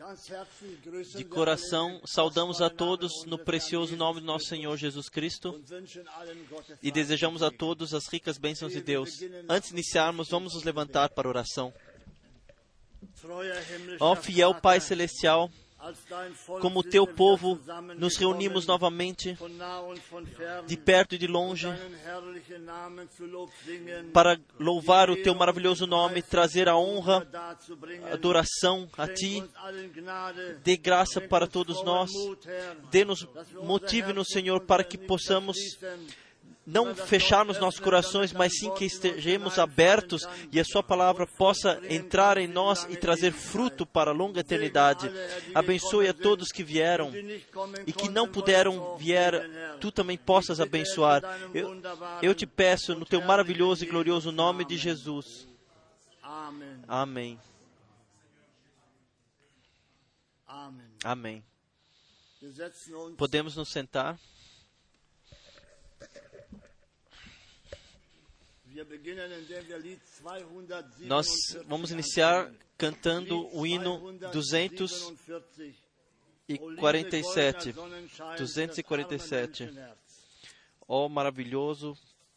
De coração, saudamos a todos no precioso nome do nosso Senhor Jesus Cristo e desejamos a todos as ricas bênçãos de Deus. Antes de iniciarmos, vamos nos levantar para a oração. Ó fiel Pai Celestial, como teu povo, nos reunimos novamente, de perto e de longe, para louvar o teu maravilhoso nome, trazer a honra, a adoração a ti. Dê graça para todos nós, dê-nos, motive-nos, Senhor, para que possamos não fecharmos nossos corações, mas sim que estejamos abertos e a sua palavra possa entrar em nós e trazer fruto para a longa eternidade. Abençoe a todos que vieram e que não puderam vir, tu também possas abençoar. Eu te peço no teu maravilhoso e glorioso nome de Jesus. Amém. Amém. Podemos nos sentar. Nós vamos iniciar cantando o hino 247. 247. Ó maravilhosos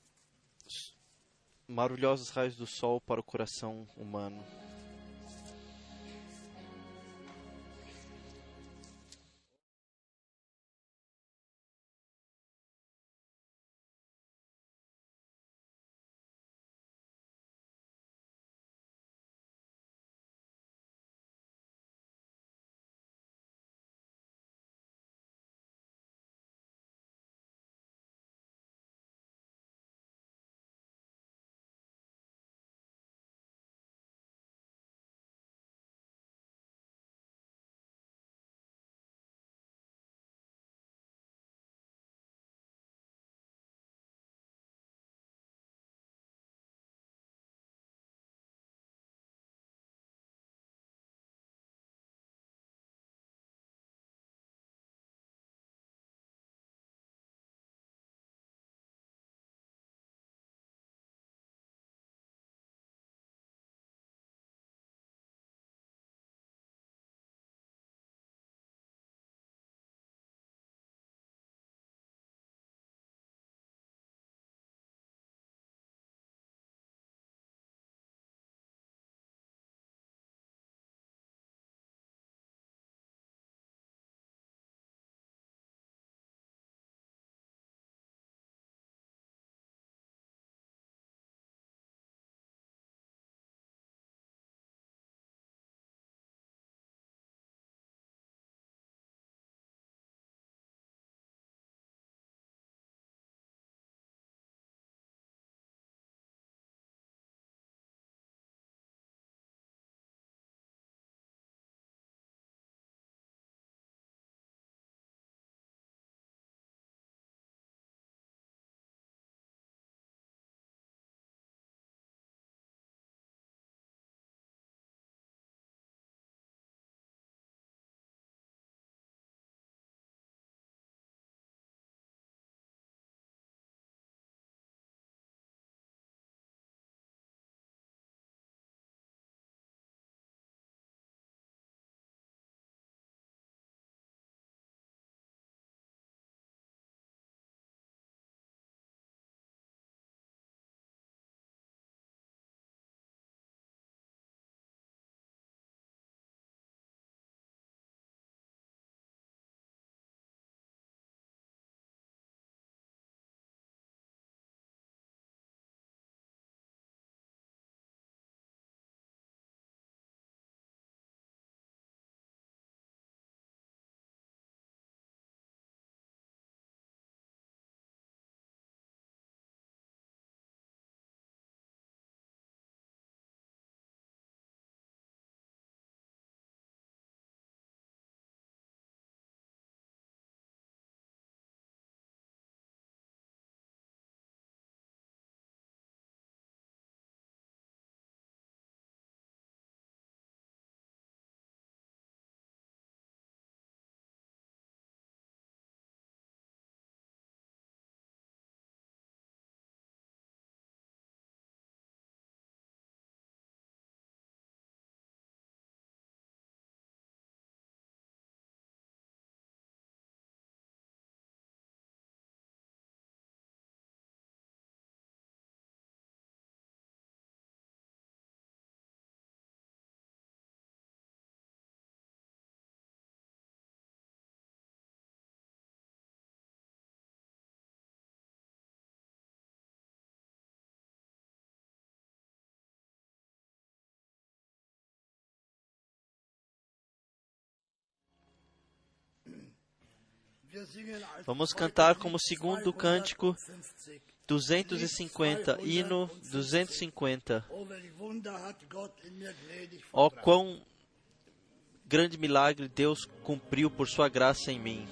raios do sol para o coração humano. Vamos cantar como segundo cântico 250, hino 250. Ó, quão grande milagre Deus cumpriu por sua graça em mim.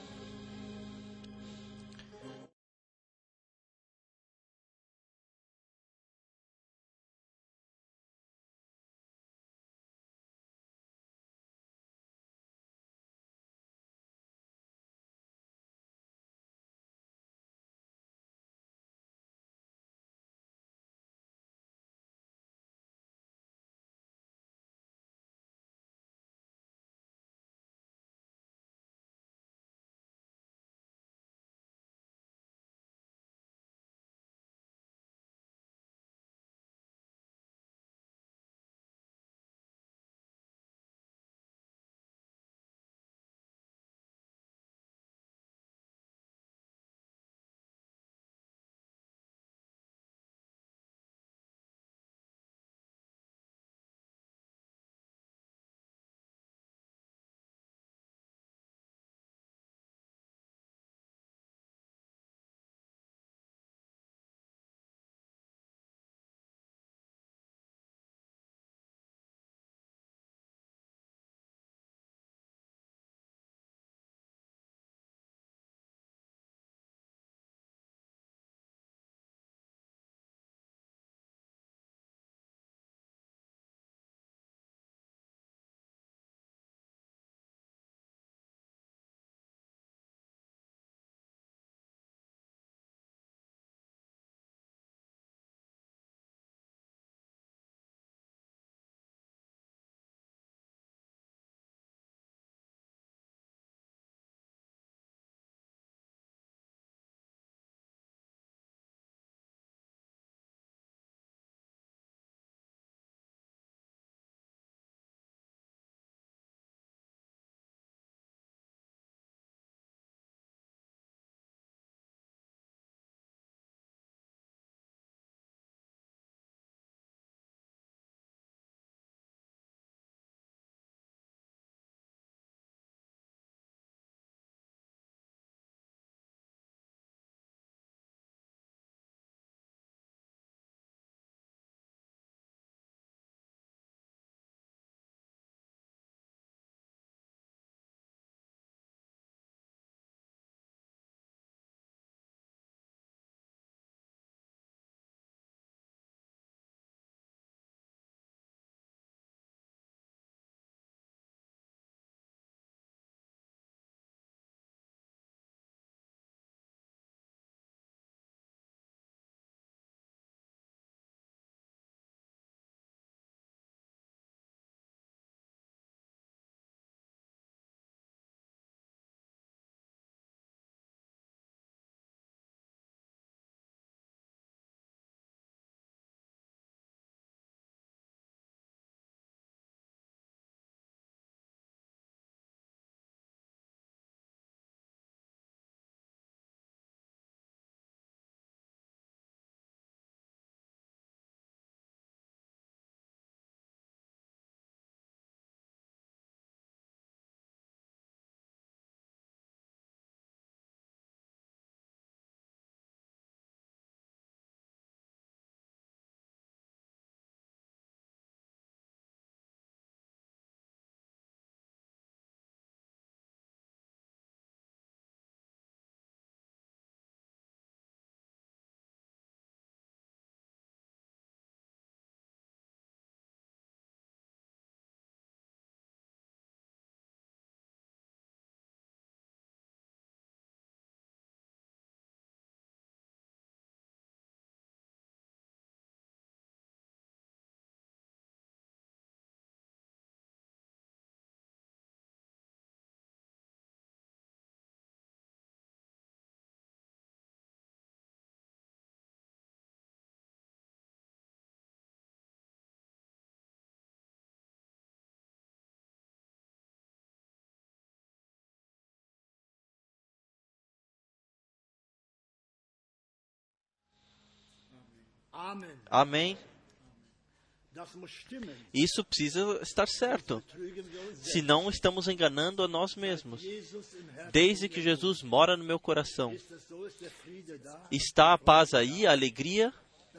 Amém. Isso precisa estar certo. Senão estamos enganando a nós mesmos. Desde que Jesus mora no meu coração, está a paz aí, a alegria?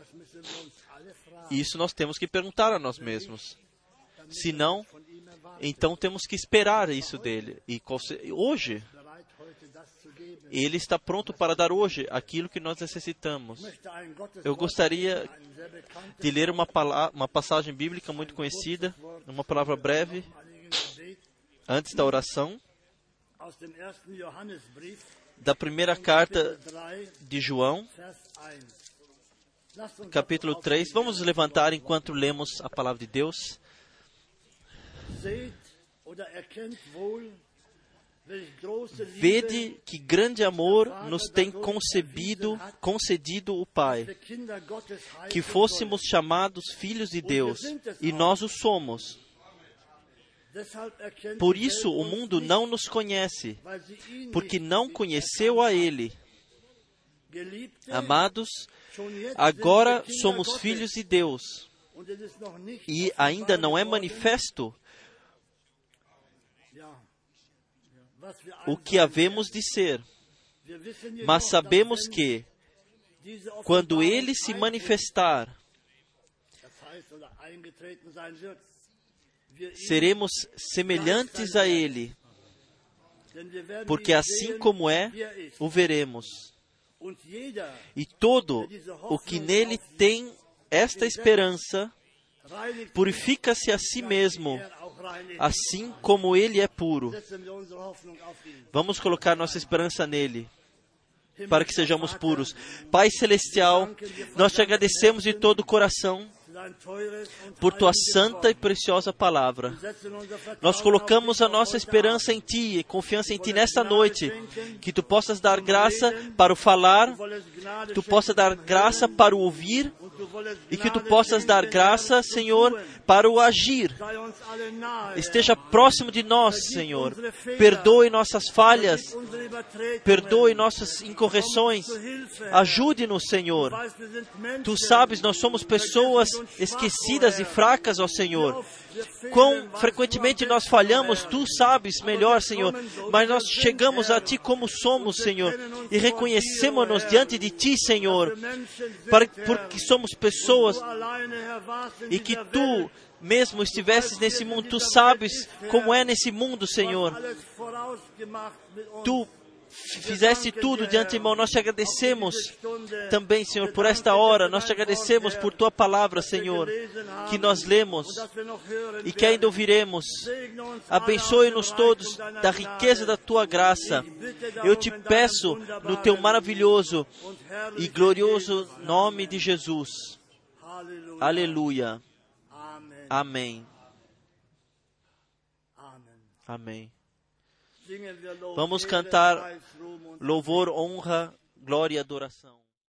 Isso nós temos que perguntar a nós mesmos. Se não, então temos que esperar isso dele. E hoje, Ele está pronto para dar hoje aquilo que nós necessitamos. Eu gostaria de ler uma passagem bíblica muito conhecida, uma palavra breve, antes da oração, da primeira carta de João, capítulo 3. Vamos nos levantar enquanto lemos a palavra de Deus. Vede que grande amor nos tem concedido o Pai, que fôssemos chamados filhos de Deus, e nós o somos. Por isso o mundo não nos conhece, porque não conheceu a Ele. Amados, agora somos filhos de Deus, e ainda não é manifesto o que havemos de ser. Mas sabemos que, quando Ele se manifestar, seremos semelhantes a Ele, porque assim como é, o veremos. E todo o que nele tem esta esperança, purifica-se a si mesmo, assim como Ele é puro. Vamos colocar nossa esperança nele, para que sejamos puros. Pai Celestial, nós te agradecemos de todo o coração por Tua santa e preciosa palavra. Nós colocamos a nossa esperança em Ti e confiança em Ti nesta noite, que Tu possas dar graça para o falar, Tu possas dar graça para o ouvir, e que Tu possas dar graça, Senhor, para o agir. Esteja próximo de nós, Senhor. Perdoe nossas falhas, perdoe nossas incorreções. Ajude-nos, Senhor. Tu sabes, nós somos pessoas esquecidas e fracas, ó Senhor. Quão frequentemente nós falhamos, Tu sabes melhor, Senhor, mas nós chegamos a Ti como somos, Senhor, e reconhecemos-nos diante de Ti, Senhor, porque somos pessoas e que Tu mesmo estivesses nesse mundo. Tu sabes como é nesse mundo, Senhor. Tu fizeste tudo de antemão. Nós te agradecemos também, Senhor, por esta hora. Nós te agradecemos por Tua palavra, Senhor, que nós lemos e que ainda ouviremos. Abençoe-nos todos da riqueza da Tua graça. Eu te peço no Teu maravilhoso e glorioso nome de Jesus. Aleluia. Amém. Amém. Vamos cantar louvor, honra, glória e adoração.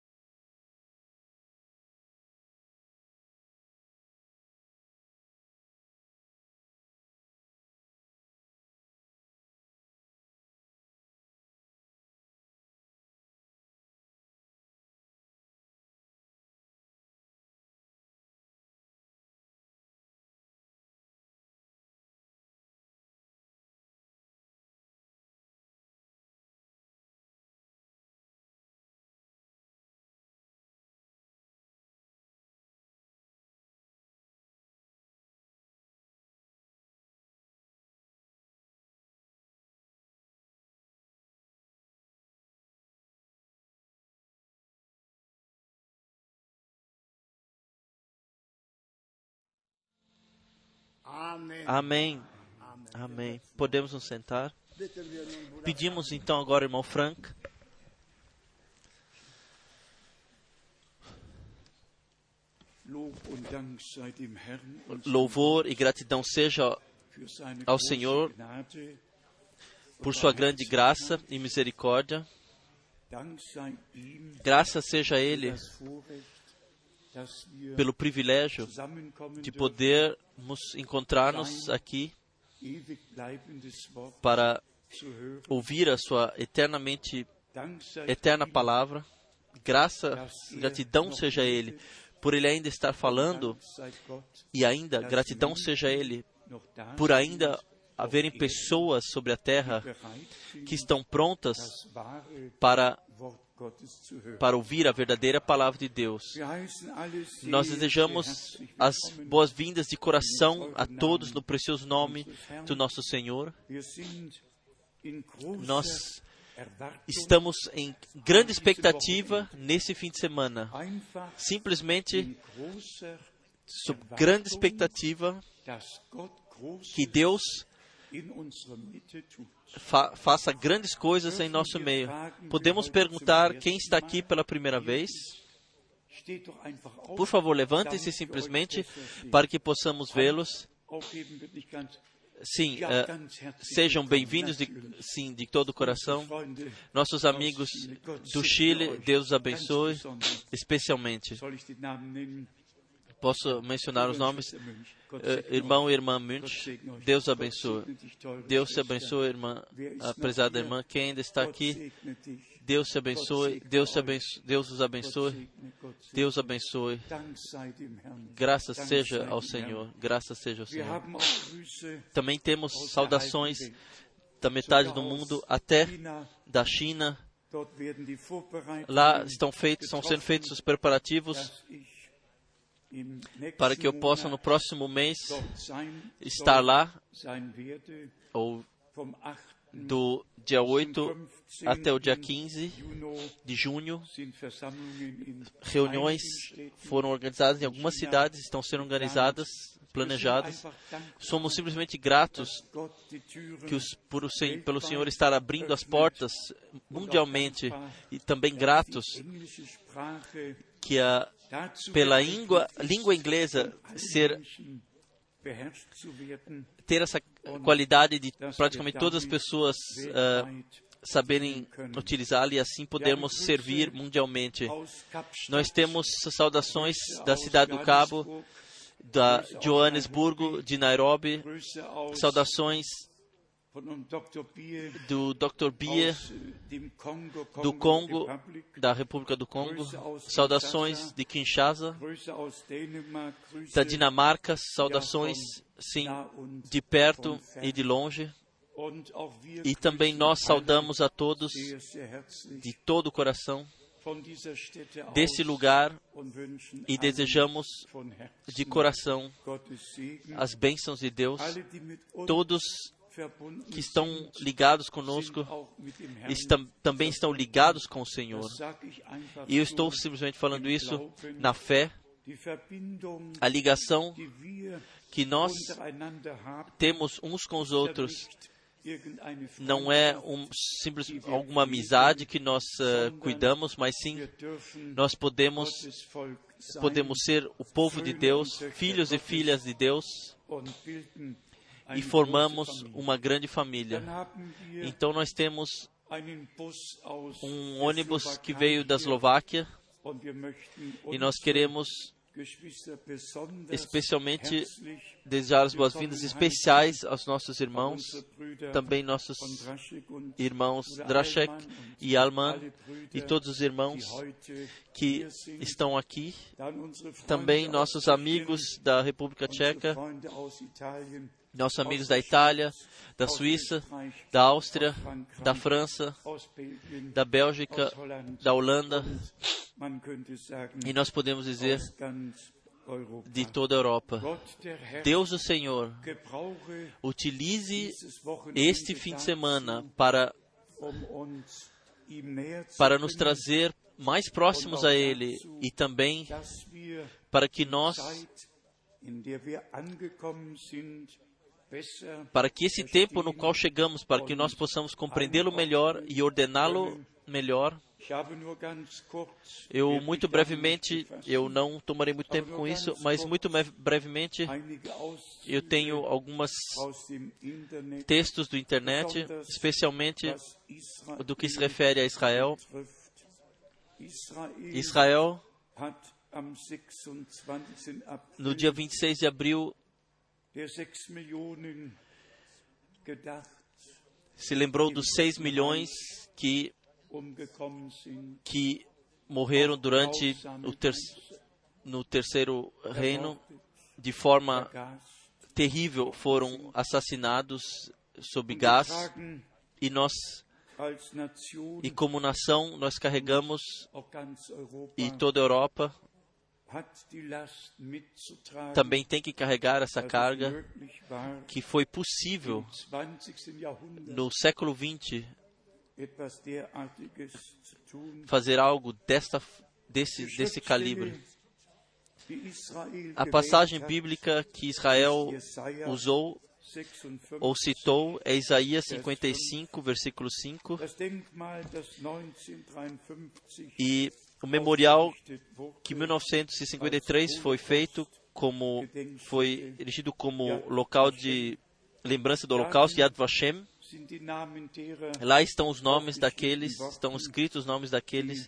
Amém. Amém. Podemos nos sentar? Pedimos então agora, irmão Frank. Louvor e gratidão seja ao Senhor por sua grande graça e misericórdia. Graças seja a Ele pelo privilégio de podermos encontrar-nos aqui para ouvir a sua eterna palavra. Gratidão seja a Ele por Ele ainda estar falando, e ainda gratidão seja a Ele por ainda haverem pessoas sobre a terra que estão prontas para ouvir a verdadeira palavra de Deus. Nós desejamos as boas-vindas de coração a todos no precioso nome do nosso Senhor. Nós estamos em grande expectativa nesse fim de semana. Simplesmente, sob grande expectativa que Deus faça grandes coisas em nosso meio. Podemos perguntar quem está aqui pela primeira vez? Por favor, levante-se simplesmente para que possamos vê-los. Sim, sejam bem-vindos de todo o coração. Nossos amigos do Chile, Deus os abençoe, especialmente. Posso mencionar os nomes? Irmão e irmã Munch, Deus abençoe. Deus te abençoe, irmã, a prezada irmã. Quem ainda está aqui, Deus te abençoe. Deus os abençoe. Deus abençoe. Graças seja ao Senhor. Graças seja ao Senhor. Também temos saudações da metade do mundo até da China. Lá estão sendo feitos os preparativos para que eu possa no próximo mês estar lá, ou do dia 8 até o dia 15 de junho. Reuniões foram organizadas em algumas cidades, estão sendo organizadas, planejadas. Somos simplesmente gratos pelo Senhor estar abrindo as portas mundialmente, e também gratos que pela língua inglesa ter essa qualidade de praticamente todas as pessoas saberem utilizá-la, e assim podermos servir mundialmente. Nós temos saudações da cidade do Cabo, da Joanesburgo, de Nairobi, saudações do Dr. Bia, do Congo, da República do Congo, saudações de Kinshasa, da Dinamarca, saudações, sim, de perto e de longe. E também nós saudamos a todos de todo o coração desse lugar e desejamos de coração as bênçãos de Deus. Todos que estão ligados conosco também estão ligados com o Senhor. E eu estou simplesmente falando isso na fé. A ligação que nós temos uns com os outros não é alguma amizade que nós cuidamos, mas sim nós podemos ser o povo de Deus, filhos e filhas de Deus, e formamos uma grande família. Então nós temos um ônibus que veio da Eslováquia, e nós queremos especialmente desejar as boas-vindas especiais aos nossos irmãos, também nossos irmãos Drashek e Alman, e todos os irmãos que estão aqui, também nossos amigos da República Tcheca, nossos amigos da Itália, da Suíça, da Áustria, da França, da Bélgica, da Holanda, e nós podemos dizer de toda a Europa. Deus o Senhor utilize este fim de semana para nos trazer mais próximos a Ele, e também para que esse tempo no qual chegamos, para que nós possamos compreendê-lo melhor e ordená-lo melhor. Eu, muito brevemente, eu não tomarei muito tempo com isso, mas muito brevemente, eu tenho alguns textos do internet, especialmente do que se refere a Israel. Israel, no dia 26 de abril, se lembrou dos 6 milhões que morreram durante no terceiro reino, de forma terrível, foram assassinados sob gás, e nós, e como nação, nós carregamos, e toda a Europa também tem que carregar essa carga, que foi possível no século XX fazer algo desse calibre. A passagem bíblica que Israel usou ou citou é Isaías 55, versículo 5, e o memorial que em 1953 foi feito foi erigido como local de lembrança do Holocausto, Yad Vashem. Lá estão os nomes daqueles, estão escritos os nomes daqueles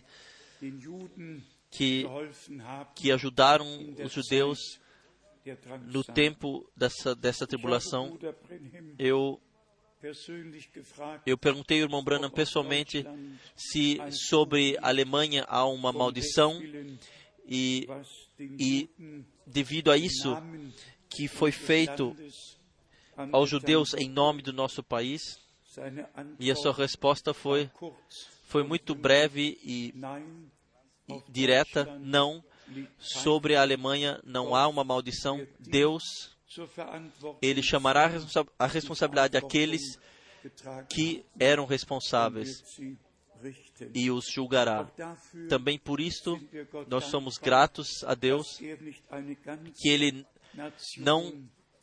que ajudaram os judeus no tempo dessa tribulação. Eu perguntei ao irmão Branham pessoalmente se sobre a Alemanha há uma maldição, e devido a isso que foi feito aos judeus em nome do nosso país, e a sua resposta foi muito breve e direta: não, sobre a Alemanha não há uma maldição. Deus, Ele chamará a responsabilidade daqueles que eram responsáveis e os julgará. Também por isto, nós somos gratos a Deus que Ele não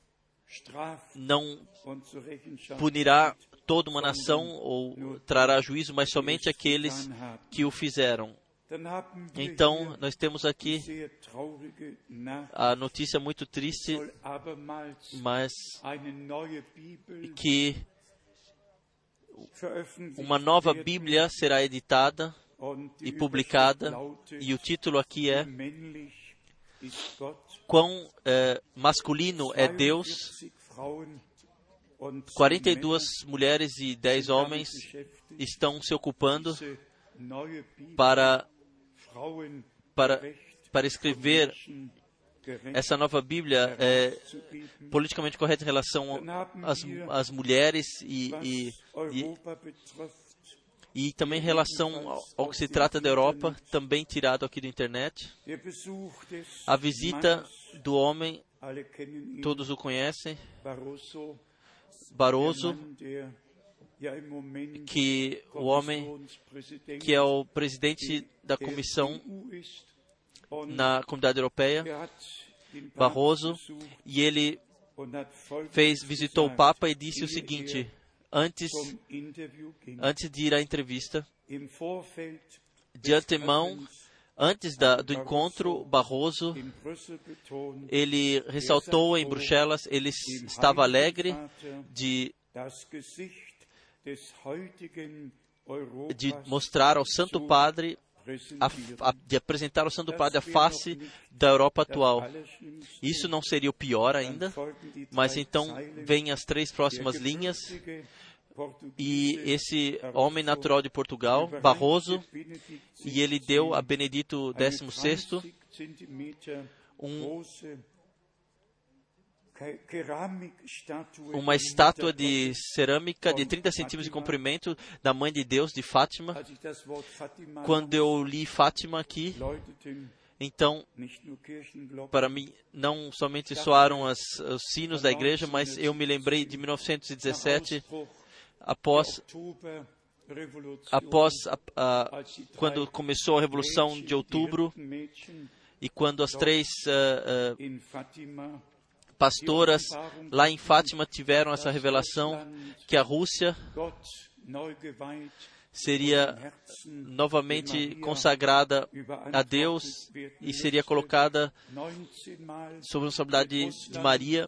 punirá toda uma nação ou trará juízo, mas somente aqueles que o fizeram. Então, nós temos aqui a notícia muito triste, mas que uma nova Bíblia será editada e publicada, e o título aqui é Quão masculino é Deus. 42 mulheres e 10 homens estão se ocupando para escrever essa nova Bíblia politicamente correta em relação às mulheres e também em relação ao que se trata da Europa, também tirado aqui da internet. A visita do homem, todos o conhecem, Barroso, que o homem que é o presidente da comissão na Comunidade Europeia, Barroso, e ele visitou o Papa e disse o seguinte, antes de ir à entrevista, de antemão, antes do encontro, Barroso, ele ressaltou em Bruxelas, ele estava alegre de mostrar ao Santo Padre, de apresentar ao Santo Padre a face da Europa atual. Isso não seria o pior ainda, mas então vem as 3 próximas linhas, e esse homem natural de Portugal, Barroso, e ele deu a Benedito XVI uma estátua de cerâmica de 30 centímetros de comprimento da Mãe de Deus de Fátima. Quando eu li Fátima aqui, então, para mim, não somente soaram os sinos da igreja, mas eu me lembrei de 1917, quando começou a Revolução de Outubro, e quando as 3 pastoras lá em Fátima tiveram essa revelação que a Rússia seria novamente consagrada a Deus e seria colocada sob a responsabilidade de Maria.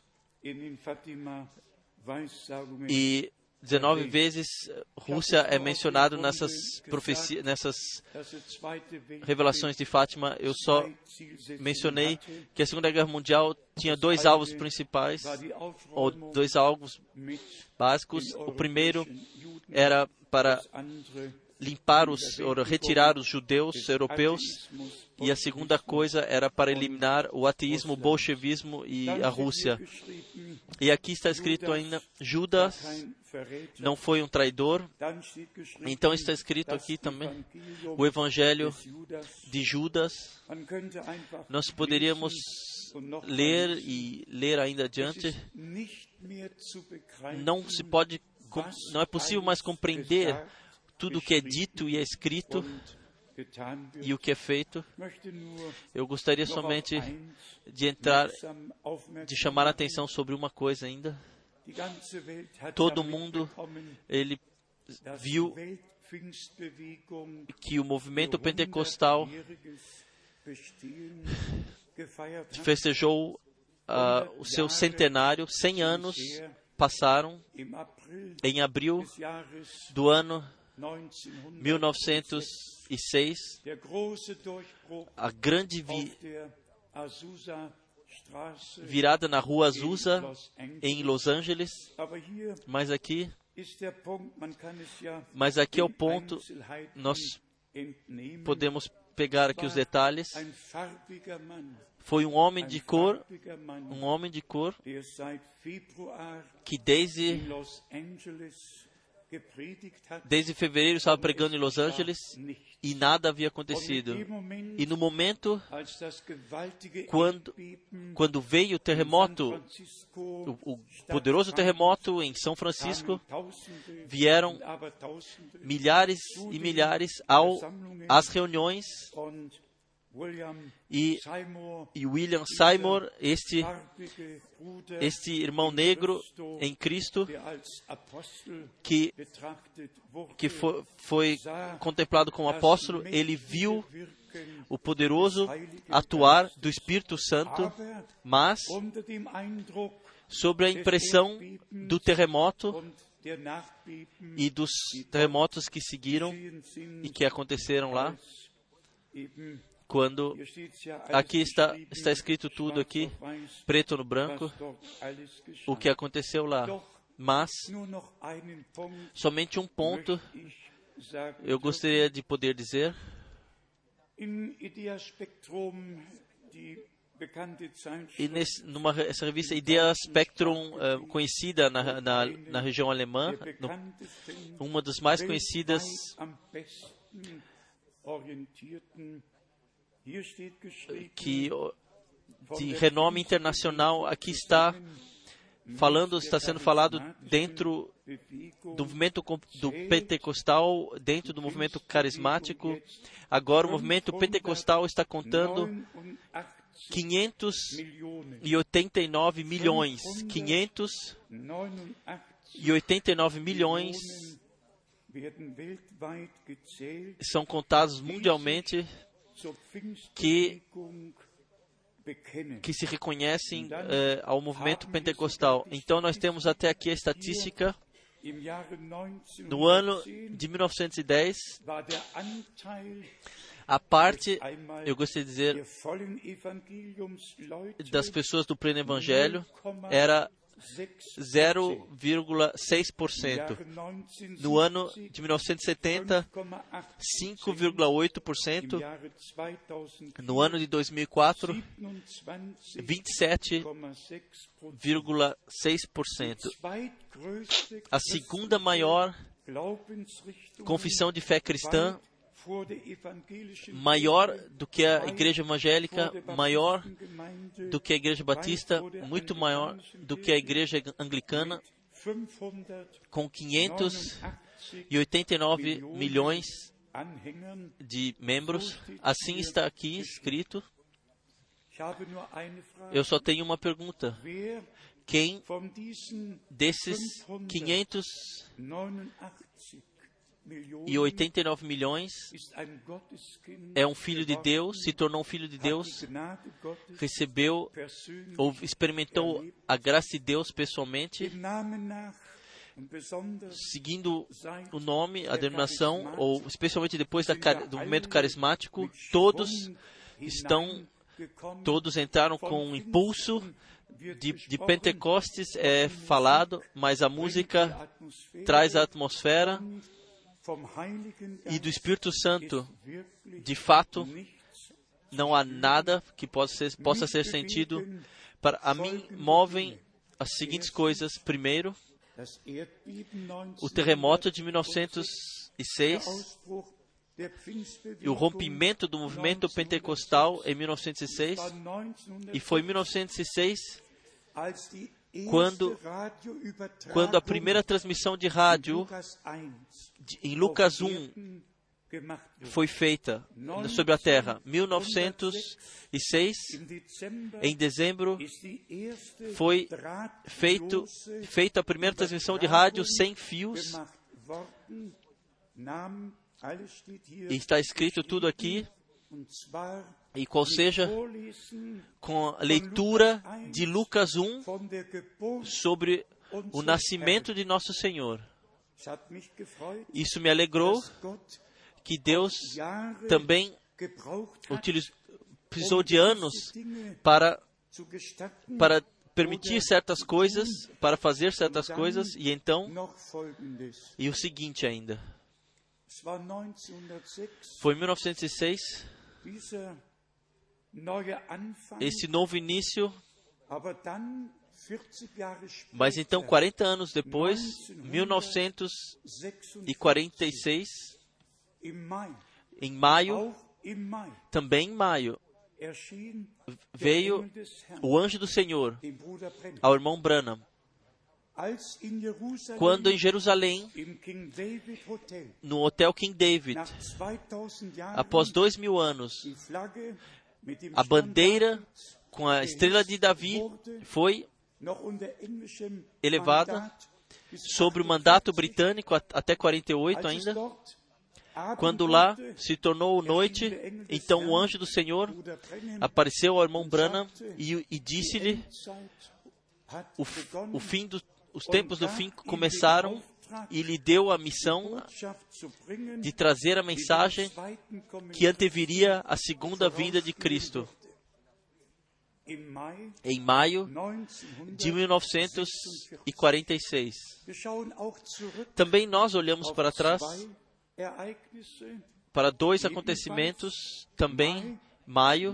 E 19 vezes Rússia é mencionado nessas profecias, nessas revelações de Fátima. Eu só mencionei que a Segunda Guerra Mundial tinha 2 alvos principais, ou 2 alvos básicos. O primeiro era para limpar ou retirar os judeus europeus, e a segunda coisa era para eliminar o ateísmo, o bolchevismo e a Rússia. E aqui está escrito ainda, Judas não foi um traidor. Então está escrito aqui também o Evangelho de Judas. Nós poderíamos ler e ler ainda adiante. Não é possível mais compreender tudo o que é dito e é escrito e o que é feito. Eu gostaria somente de chamar a atenção sobre uma coisa ainda. Todo mundo, ele viu que o movimento pentecostal festejou o seu centenário. 100 anos passaram em abril do ano 1906. A grande virada na rua Azusa, em Los Angeles. Mas aqui é o ponto, nós podemos pegar aqui os detalhes. Foi um homem de cor, que desde fevereiro estava pregando em Los Angeles e nada havia acontecido. E no momento, quando veio o terremoto, o poderoso terremoto em São Francisco, vieram milhares e milhares às reuniões. E William Seymour, este irmão negro em Cristo, que foi contemplado como apóstolo, ele viu o poderoso atuar do Espírito Santo, mas sobre a impressão do terremoto e dos terremotos que seguiram e que aconteceram lá. Quando aqui está escrito tudo aqui, preto no branco, o que aconteceu lá. Mas, somente um ponto eu gostaria de poder dizer. E essa revista Idea Spectrum, conhecida na região alemã, uma das mais conhecidas, de renome internacional, aqui está sendo falado dentro do movimento do pentecostal, dentro do movimento carismático. Agora o movimento pentecostal está contando 589 milhões. 589 milhões são contados mundialmente que se reconhecem ao movimento pentecostal. Então, nós temos até aqui a estatística. No ano de 1910, a parte, eu gostaria de dizer, das pessoas do pleno evangelho era 0,6%. No ano de 1970, 5,8%. No ano de 2004, 27,6%. A segunda maior confissão de fé cristã, maior do que a igreja evangélica, maior do que a igreja batista, muito maior do que a igreja anglicana, com 589 milhões de membros. Assim está aqui escrito. Eu só tenho uma pergunta. Quem desses 589 milhões é um filho de Deus, se tornou um filho de Deus, recebeu ou experimentou a graça de Deus pessoalmente, seguindo o nome, a denominação, ou especialmente depois do movimento carismático, todos entraram com um impulso de Pentecostes, é falado, mas a música traz a atmosfera. e do Espírito Santo, de fato, não há nada que possa ser sentido. Para a mim, movem as seguintes coisas. Primeiro, o terremoto de 1906 e o rompimento do movimento pentecostal em 1906. E foi em 1906 quando a primeira transmissão de rádio em Lucas 1 foi feita sobre a terra. 1906, em dezembro, foi feita a primeira transmissão de rádio sem fios. E está escrito tudo aqui. E qual seja, com a leitura de Lucas 1 sobre o nascimento de Nosso Senhor. Isso me alegrou, que Deus também precisou de anos para permitir certas coisas, para fazer certas coisas, e então, e o seguinte ainda, foi em 1906, esse novo início, mas então 40 anos depois, 1946, em maio, também em maio, veio o anjo do Senhor ao irmão Branham, quando em Jerusalém, no Hotel King David, após 2000 anos, a bandeira com a estrela de Davi foi elevada sobre o mandato britânico até 48 ainda. Quando lá se tornou noite, então o anjo do Senhor apareceu ao irmão Branham e disse-lhe: os tempos do fim começaram, e lhe deu a missão de trazer a mensagem que anteviria a segunda vinda de Cristo. Em maio de 1946. Também nós olhamos para trás para dois acontecimentos, também maio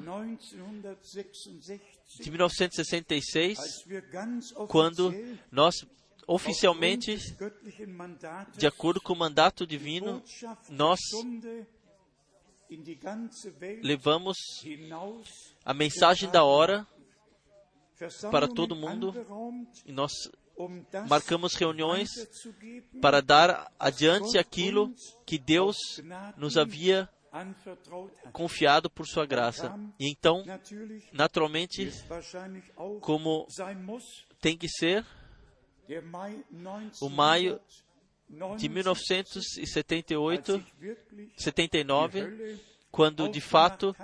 de 1966, quando nós oficialmente, de acordo com o mandato divino, nós levamos a mensagem da hora para todo mundo, e nós marcamos reuniões para dar adiante aquilo que Deus nos havia confiado por sua graça. E então, naturalmente, como tem que ser, o maio de 1978, 79, quando de fato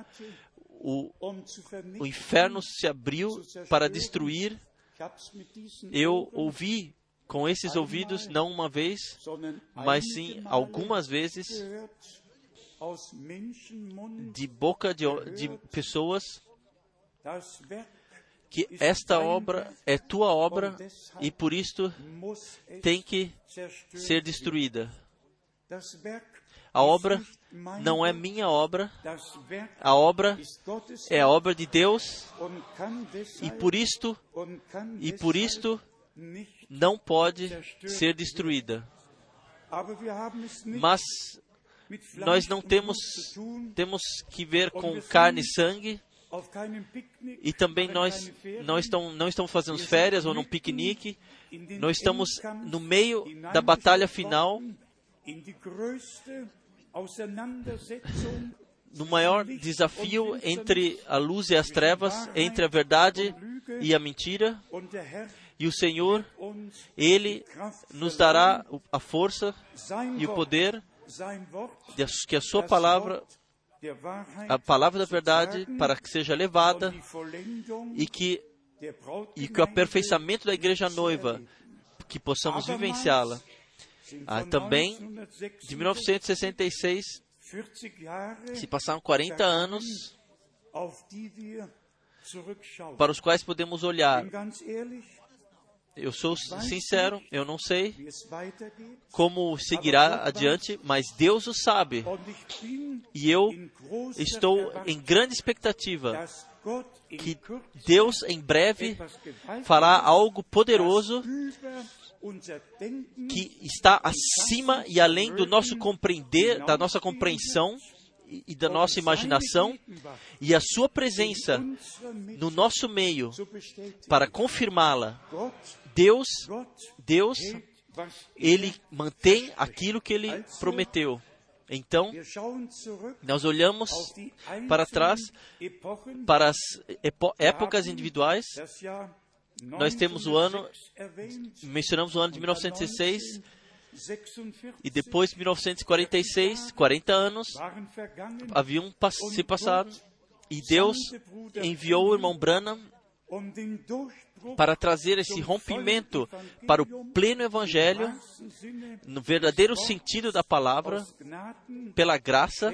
o inferno se abriu para destruir, eu ouvi com esses ouvidos, não uma vez, mas sim algumas vezes, de boca de pessoas, que esta obra é tua obra e por isto tem que ser destruída. A obra não é minha obra, a obra é a obra de Deus, e por isto não pode ser destruída. Mas nós não temos que ver com carne e sangue, e também nós não estamos fazendo férias ou num piquenique. Nós estamos no meio da batalha final, no maior desafio entre a luz e as trevas, entre a verdade e a mentira. E o Senhor, Ele nos dará a força e o poder que a sua palavra, a palavra da verdade, para que seja levada e que o aperfeiçoamento da igreja noiva, que possamos vivenciá-la. Também, de 1966, se passaram 40 anos para os quais podemos olhar. Eu sou sincero, eu não sei como seguirá adiante, mas Deus o sabe. E eu estou em grande expectativa que Deus em breve fará algo poderoso que está acima e além do nosso compreender, da nossa compreensão e da nossa imaginação, e a sua presença no nosso meio para confirmá-la. Deus, Ele mantém aquilo que Ele prometeu. Então, nós olhamos para trás, para as épocas individuais. Nós temos mencionamos o ano de 1906, e depois de 1946, 40 anos haviam se passado, e Deus enviou o irmão Branham para trazer esse rompimento para o pleno Evangelho, no verdadeiro sentido da palavra, pela graça,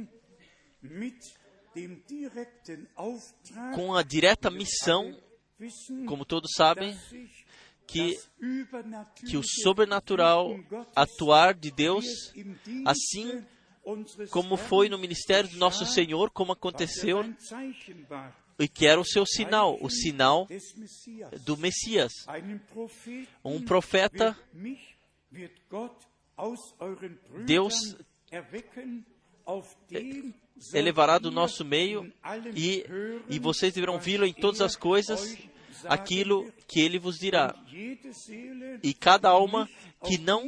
com a direta missão, como todos sabem, que o sobrenatural atuar de Deus, assim como foi no ministério do nosso Senhor, como aconteceu, e que era o seu sinal, o sinal do Messias. Um profeta, Deus elevará do nosso meio, e vocês deverão vê-lo em todas as coisas, aquilo que ele vos dirá. E cada alma que não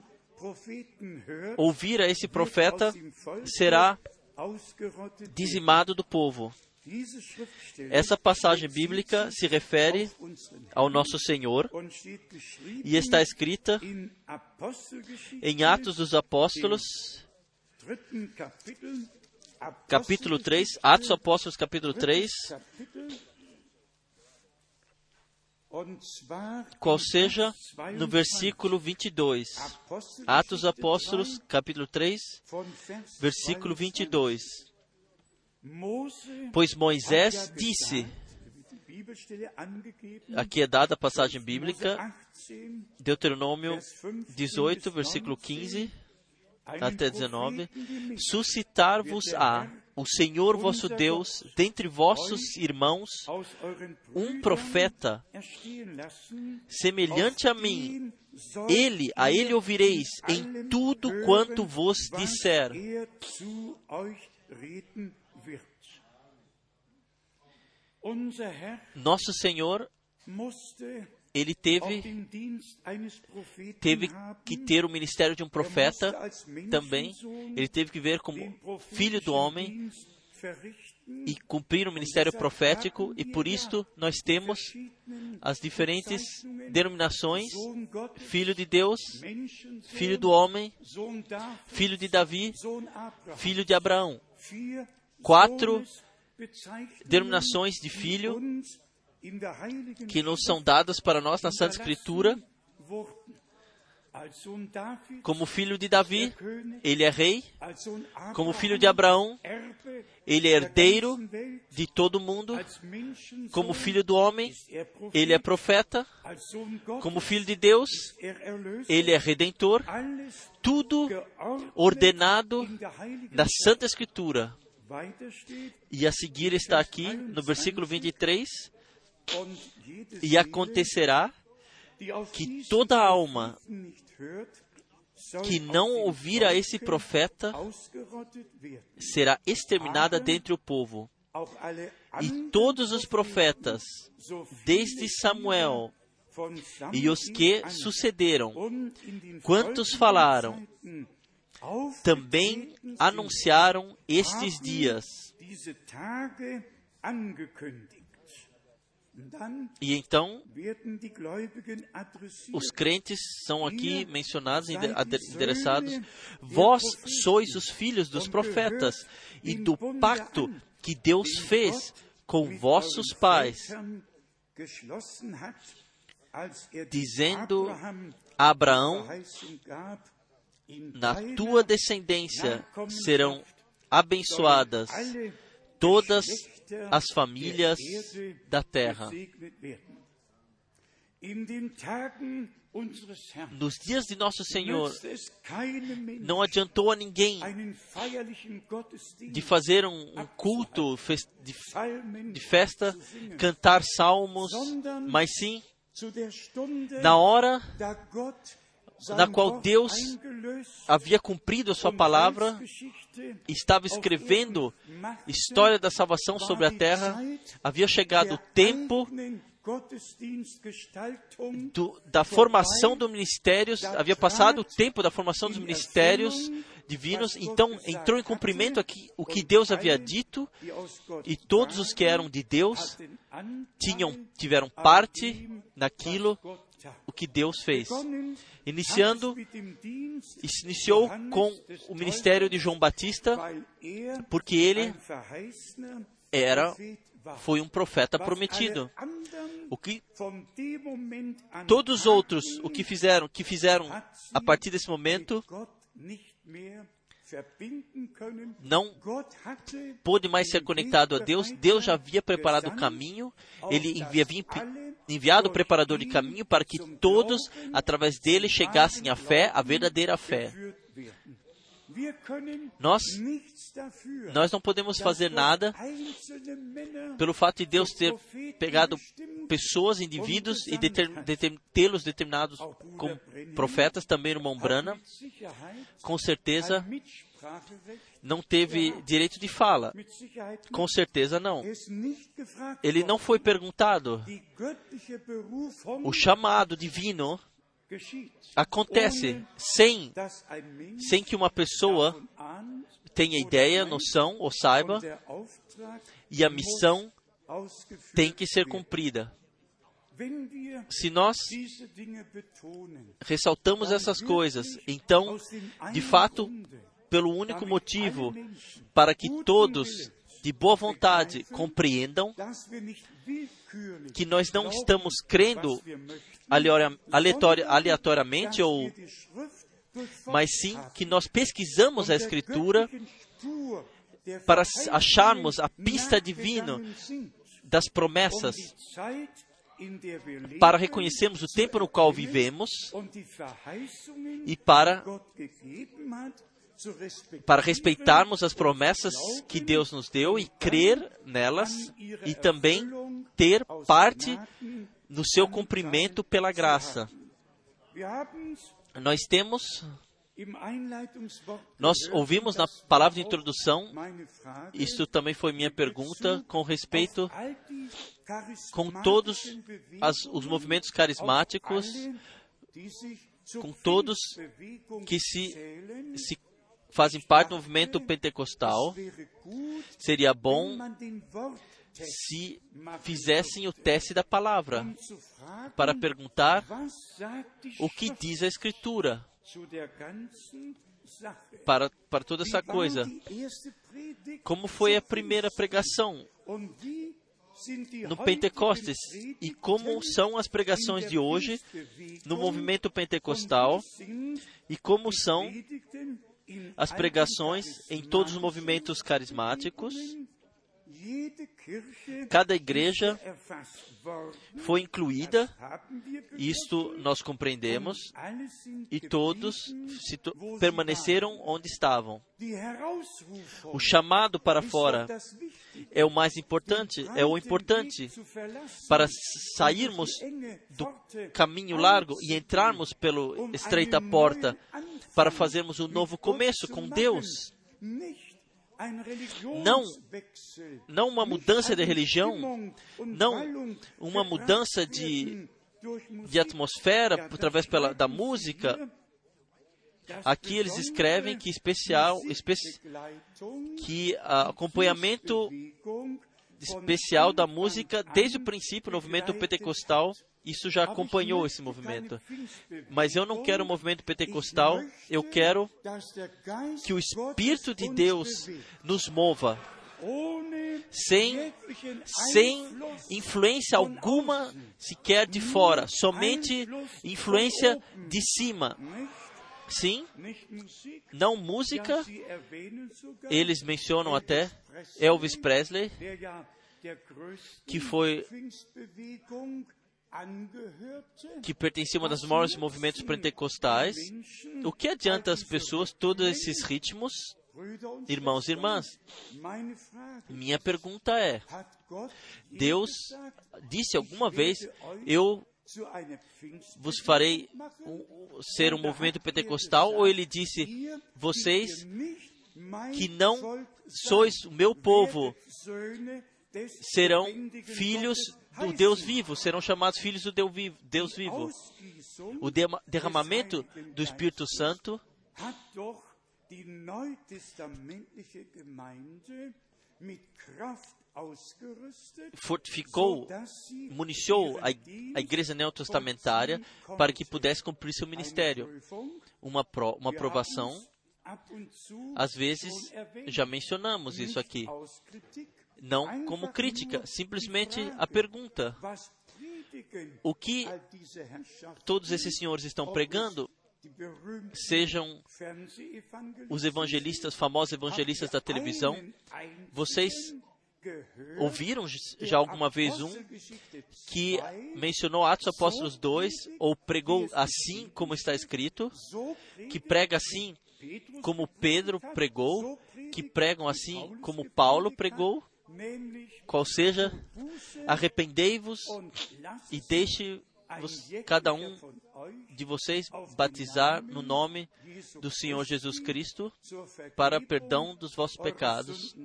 ouvir a esse profeta será dizimado do povo. Essa passagem bíblica se refere ao nosso Senhor e está escrita em Atos dos Apóstolos, capítulo 3, Atos dos Apóstolos, capítulo 3, qual seja no versículo 22. Atos dos Apóstolos, capítulo 3, versículo 22. Pois Moisés disse, aqui é dada a passagem bíblica, Deuteronômio 18, versículo 15 até 19, suscitar-vos-á o Senhor vosso Deus dentre vossos irmãos um profeta semelhante a mim. A ele ouvireis em tudo quanto vos disser. Nosso Senhor, Ele teve que ter o ministério de um profeta também. Ele teve que ver como filho do homem e cumprir o ministério profético. E por isto nós temos as diferentes denominações: Filho de Deus, Filho do homem, Filho de Davi, Filho de Abraão. 4 denominações de filho que nos são dadas para nós na Santa Escritura. Como filho de Davi, ele é rei. Como filho de Abraão, ele é herdeiro de todo mundo. Como filho do homem, ele é profeta. Como filho de Deus, ele é redentor. Tudo ordenado na Santa Escritura. E a seguir está aqui no versículo 23, e acontecerá que toda alma que não ouvir a esse profeta será exterminada dentre o povo. E todos os profetas, desde Samuel e os que sucederam, quantos falaram, também anunciaram estes dias. E então, os crentes são aqui mencionados, endereçados. Vós sois os filhos dos profetas e do pacto que Deus fez com vossos pais, dizendo a Abraão, na tua descendência serão abençoadas todas as famílias da terra. Nos dias de nosso Senhor, não adiantou a ninguém de fazer um culto de festa, cantar salmos, mas sim, na hora na qual Deus havia cumprido a sua palavra, estava escrevendo história da salvação sobre a terra, havia chegado o tempo da formação dos ministérios, havia passado o tempo da formação dos ministérios divinos, então entrou em cumprimento aqui o que Deus havia dito, e todos os que eram de Deus tiveram parte naquilo o que Deus fez. Iniciou com o ministério de João Batista, porque ele foi um profeta prometido. O que todos os outros que fizeram a partir desse momento, não pôde mais ser conectado a Deus. Deus já havia preparado o caminho, ele havia enviado o preparador de caminho para que todos, através dele, chegassem à fé, à verdadeira fé. Nós não podemos fazer nada pelo fato de Deus ter pegado pessoas, indivíduos, e tê-los determinados como profetas. Também o irmão Branham, com certeza, não teve direito de fala. Com certeza não. Ele não foi perguntado. O chamado divino acontece sem que uma pessoa tenha ideia, noção ou saiba, e a missão tem que ser cumprida. Se nós ressaltamos essas coisas, então, de fato, pelo único motivo para que todos de boa vontade compreendam que nós não estamos crendo aleatoriamente, mas sim que nós pesquisamos a Escritura para acharmos a pista divina das promessas, para reconhecermos o tempo no qual vivemos e para respeitarmos as promessas que Deus nos deu e crer nelas, e também ter parte no seu cumprimento pela graça. Nós ouvimos na palavra de introdução, isso também foi minha pergunta, com respeito com todos os movimentos carismáticos, com todos que se fazem parte do movimento pentecostal. Seria bom se fizessem o teste da palavra, para perguntar o que diz a Escritura para toda essa coisa. Como foi a primeira pregação no Pentecostes e como são as pregações de hoje no movimento pentecostal e como são as pregações em todos os movimentos carismáticos. Cada igreja foi incluída, isto nós compreendemos, e todos permaneceram onde estavam. O chamado para fora é o mais importante, é o importante para sairmos do caminho largo e entrarmos pela estreita porta, para fazermos um novo começo com Deus. Não uma mudança de religião, não uma mudança de atmosfera através da música. Aqui eles escrevem que acompanhamento especial da música desde o princípio, no movimento pentecostal, isso já acompanhou esse movimento. Mas eu não quero o movimento pentecostal, eu quero que o Espírito de Deus nos mova, sem influência alguma sequer de fora, somente influência de cima. Sim, não música. Eles mencionam até Elvis Presley, que foi que pertencia a uma das maiores movimentos pentecostais. O que adianta às pessoas todos esses ritmos, irmãos e irmãs? Minha pergunta é: Deus disse alguma vez, eu vos farei ser um movimento pentecostal? Ou ele disse, vocês que não sois o meu povo serão filhos do Deus vivo, serão chamados filhos do Deus vivo. O derramamento do Espírito Santo fortificou, municiou a igreja neotestamentária para que pudesse cumprir seu ministério. Uma provação, às vezes, já mencionamos isso aqui. Não como crítica, simplesmente a pergunta: o que todos esses senhores estão pregando, sejam os evangelistas, famosos evangelistas da televisão, vocês ouviram já alguma vez um que mencionou Atos Apóstolos 2, ou pregou assim como está escrito, que prega assim como Pedro pregou, que pregam assim como Paulo pregou? Qual seja, arrependei-vos e deixe cada um de vocês batizar no nome do Senhor Jesus Cristo para perdão dos vossos pecados.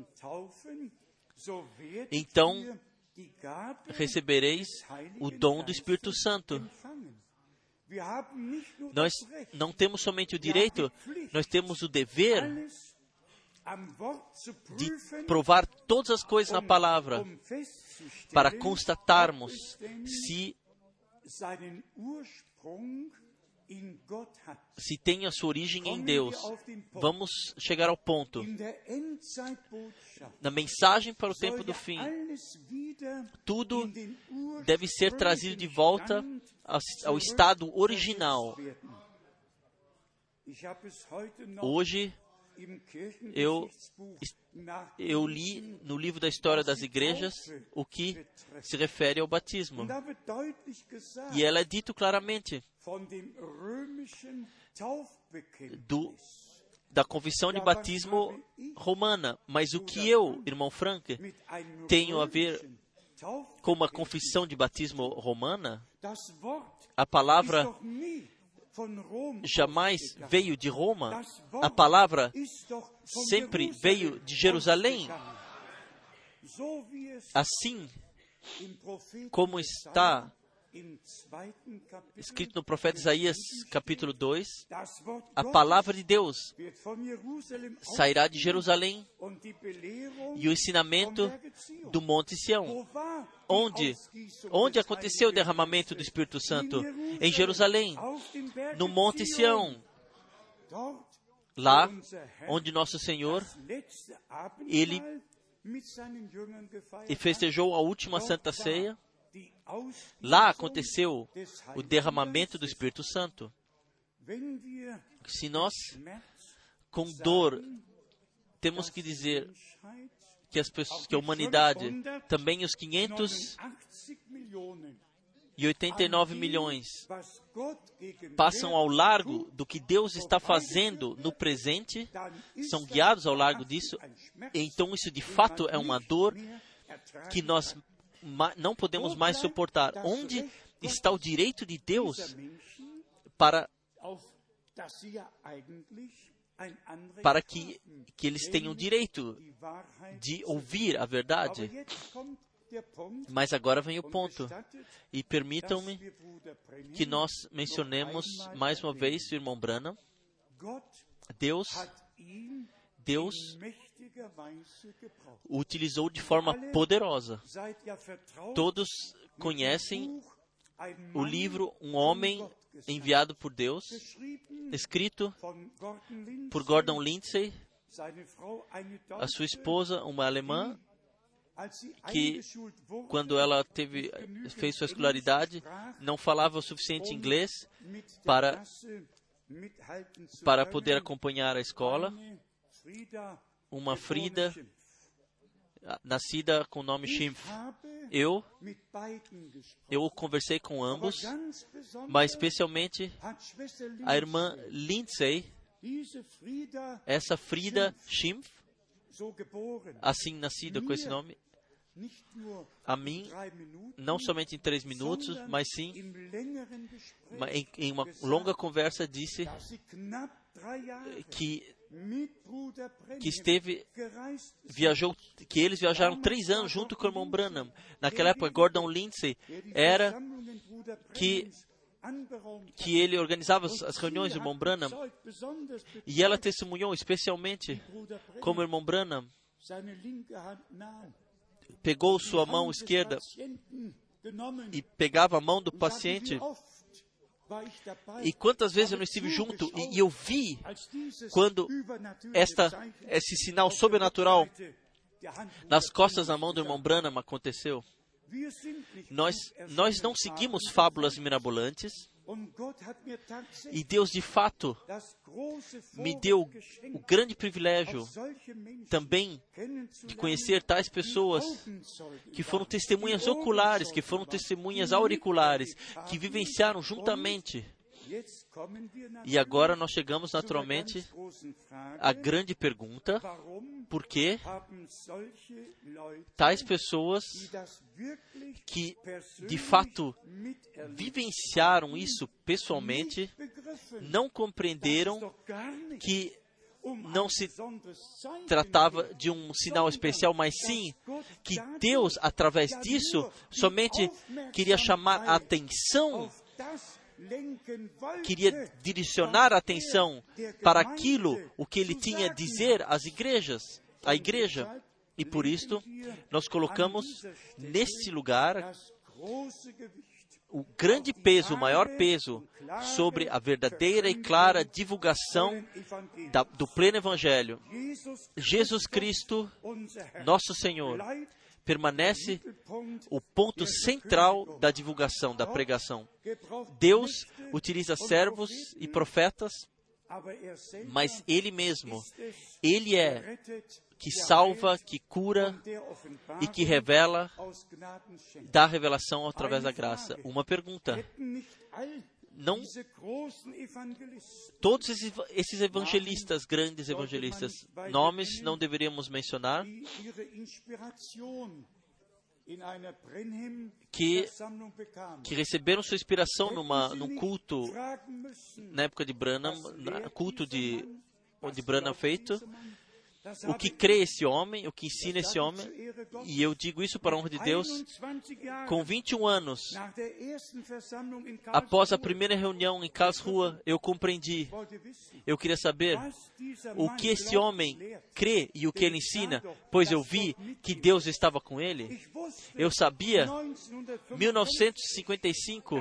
Então recebereis o dom do Espírito Santo. Nós não temos somente o direito, nós temos o dever de provar todas as coisas na palavra para constatarmos se tem a sua origem em Deus. Vamos chegar ao ponto. Na mensagem para o tempo do fim, tudo deve ser trazido de volta ao estado original. Hoje, eu li no livro da história das igrejas o que se refere ao batismo. E ela é dito claramente da confissão de batismo romana. Mas o que eu, irmão Frank, tenho a ver com uma confissão de batismo romana? A palavra jamais veio de Roma. A palavra sempre veio de Jerusalém. Assim como está escrito no profeta Isaías, capítulo 2, a palavra de Deus sairá de Jerusalém e o ensinamento do Monte Sião. Onde aconteceu o derramamento do Espírito Santo? Em Jerusalém, no Monte Sião. Lá onde nosso Senhor, Ele festejou a última Santa Ceia. Lá aconteceu o derramamento do Espírito Santo. Se nós, com dor, temos que dizer que a humanidade, também os 589 milhões, passam ao largo do que Deus está fazendo no presente, são guiados ao largo disso, então isso de fato é uma dor que nós não podemos mais suportar. Onde está o direito de Deus para que eles tenham direito de ouvir a verdade? Mas agora vem o ponto. E permitam-me que nós mencionemos mais uma vez o irmão Branham. Deus o utilizou de forma poderosa. Todos conhecem o livro Um Homem Enviado por Deus, escrito por Gordon Lindsay. A sua esposa, uma alemã, que quando ela fez sua escolaridade, não falava o suficiente inglês para poder acompanhar a escola. Uma Frida, nascida com o nome Schimpf. eu conversei com ambos, mas especialmente a irmã Lindsay, essa Frida Schimpf, assim nascida com esse nome, a mim, não somente em 3 minutos, mas sim em uma longa conversa, disse que eles viajaram 3 anos junto com o irmão Branham. Naquela época, Gordon Lindsay era que ele organizava as reuniões do irmão Branham, e ela testemunhou especialmente como o irmão Branham pegou sua mão esquerda e pegava a mão do paciente. E quantas vezes eu não estive junto e eu vi quando esse sinal sobrenatural nas costas da mão do irmão Branham aconteceu. Nós não seguimos fábulas mirabolantes, e Deus de fato me deu o grande privilégio também de conhecer tais pessoas que foram testemunhas oculares, que foram testemunhas auriculares, que vivenciaram juntamente. E agora nós chegamos naturalmente à grande pergunta: por que tais pessoas que de fato vivenciaram isso pessoalmente não compreenderam que não se tratava de um sinal especial, mas sim que Deus, através disso, somente queria chamar a atenção, queria direcionar a atenção para aquilo, o que ele tinha a dizer às igrejas, à igreja. E por isso, nós colocamos nesse lugar o grande peso, o maior peso sobre a verdadeira e clara divulgação do pleno Evangelho. Jesus Cristo, nosso Senhor, permanece o ponto central da divulgação, da pregação. Deus utiliza servos e profetas, mas Ele mesmo, Ele é que salva, que cura e que revela, dá revelação através da graça. Uma pergunta: não todos esses evangelistas, grandes evangelistas, nomes não deveríamos mencionar, que receberam sua inspiração num culto na época de Branham, culto onde Branham feito. O que crê esse homem, o que ensina esse homem, e eu digo isso para a honra de Deus, com 21 anos, após a primeira reunião em Karlsruhe, eu compreendi, eu queria saber o que esse homem crê e o que ele ensina, pois eu vi que Deus estava com ele. Eu sabia, 1955,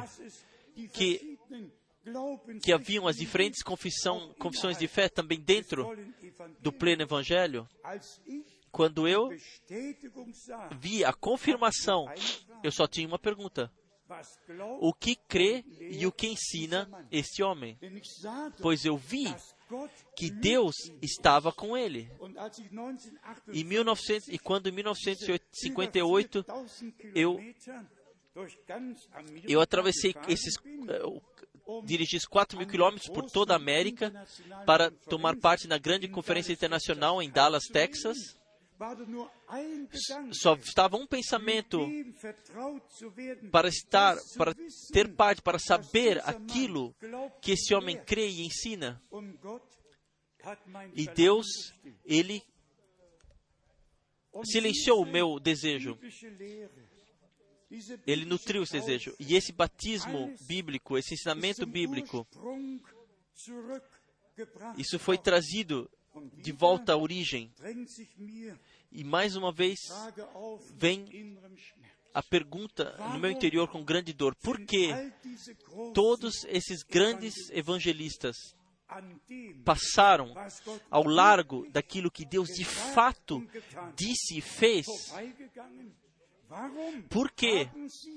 que haviam as diferentes confissões de fé também dentro do pleno Evangelho. Quando eu vi a confirmação, eu só tinha uma pergunta: o que crê e o que ensina este homem? Pois eu vi que Deus estava com ele. E quando em 1958 eu atravessei dirigi 4.000 quilômetros por toda a América para tomar parte na grande conferência internacional em Dallas, Texas. Só estava um pensamento para ter parte, para saber aquilo que esse homem crê e ensina. E Deus, Ele silenciou o meu desejo. Ele nutriu esse desejo. E esse batismo bíblico, esse ensinamento bíblico, isso foi trazido de volta à origem. E mais uma vez, vem a pergunta no meu interior com grande dor: por que todos esses grandes evangelistas passaram ao largo daquilo que Deus de fato disse e fez? Porque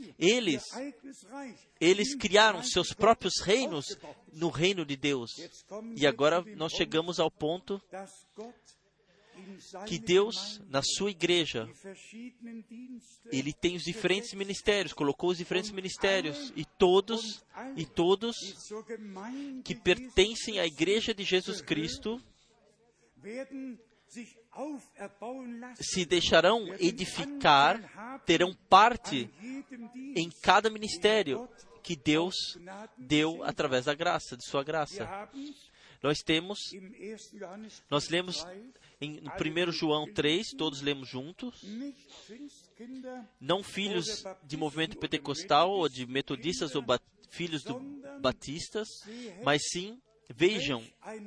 eles criaram seus próprios reinos no reino de Deus. E agora nós chegamos ao ponto que Deus, na sua igreja, Ele tem os diferentes ministérios, colocou os diferentes ministérios, e todos que pertencem à igreja de Jesus Cristo se deixarão edificar, terão parte em cada ministério que Deus deu através da graça, de sua graça. Nós lemos em 1 João 3, todos lemos juntos, não filhos de movimento pentecostal ou de metodistas ou filhos do batistas, mas sim, vejam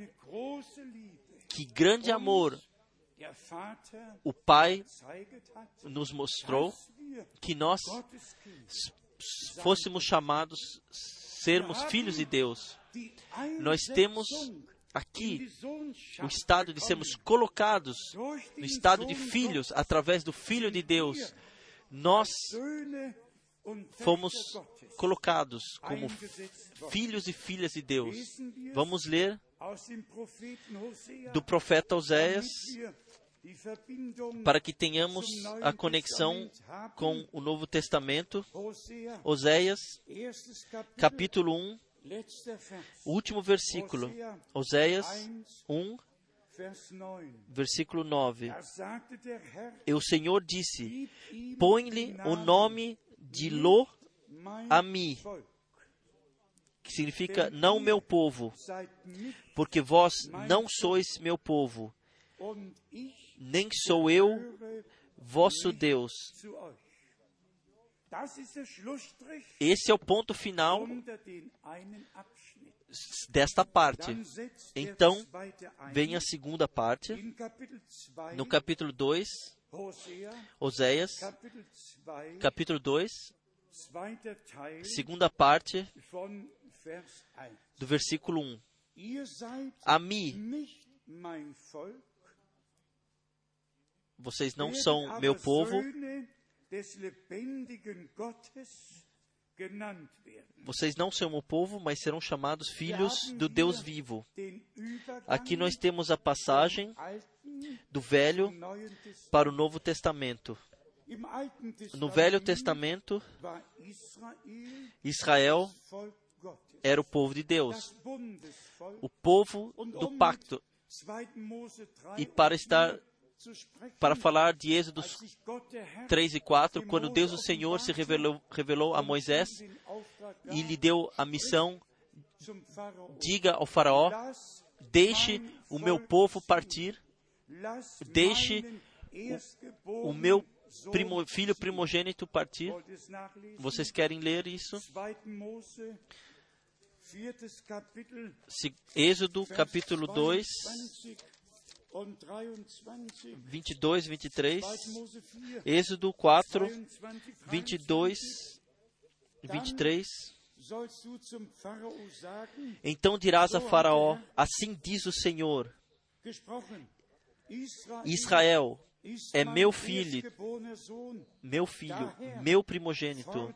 que grande amor o Pai nos mostrou, que nós fôssemos chamados sermos filhos de Deus. Nós temos aqui o estado de sermos colocados no estado de filhos através do Filho de Deus. Nós fomos colocados como filhos e filhas de Deus. Vamos ler do profeta Oséias, para que tenhamos a conexão com o Novo Testamento. Oséias, capítulo 1, o último versículo. Oséias 1, versículo 9. E o Senhor disse: põe-lhe o nome de Lo-Ami, que significa não meu povo, porque vós não sois meu povo, nem sou eu vosso Deus. Esse é o ponto final desta parte. Então, vem a segunda parte, no capítulo 2, Oséias, capítulo 2, segunda parte, do versículo 1. A mim, vocês não são meu povo, vocês não são meu povo, mas serão chamados filhos do Deus vivo. Aqui nós temos a passagem do Velho para o Novo Testamento. No Velho Testamento, Israel era o povo de Deus, o povo do pacto. E para falar de Êxodo 3 e 4, quando Deus o Senhor se revelou a Moisés e lhe deu a missão: diga ao faraó, deixe o meu povo partir, deixe o meu filho primogênito partir. Vocês querem ler isso? Êxodo capítulo 2, 22, 23, Êxodo 4, 22, 23. Então dirás a Faraó: assim diz o Senhor, Israel é meu filho, meu primogênito.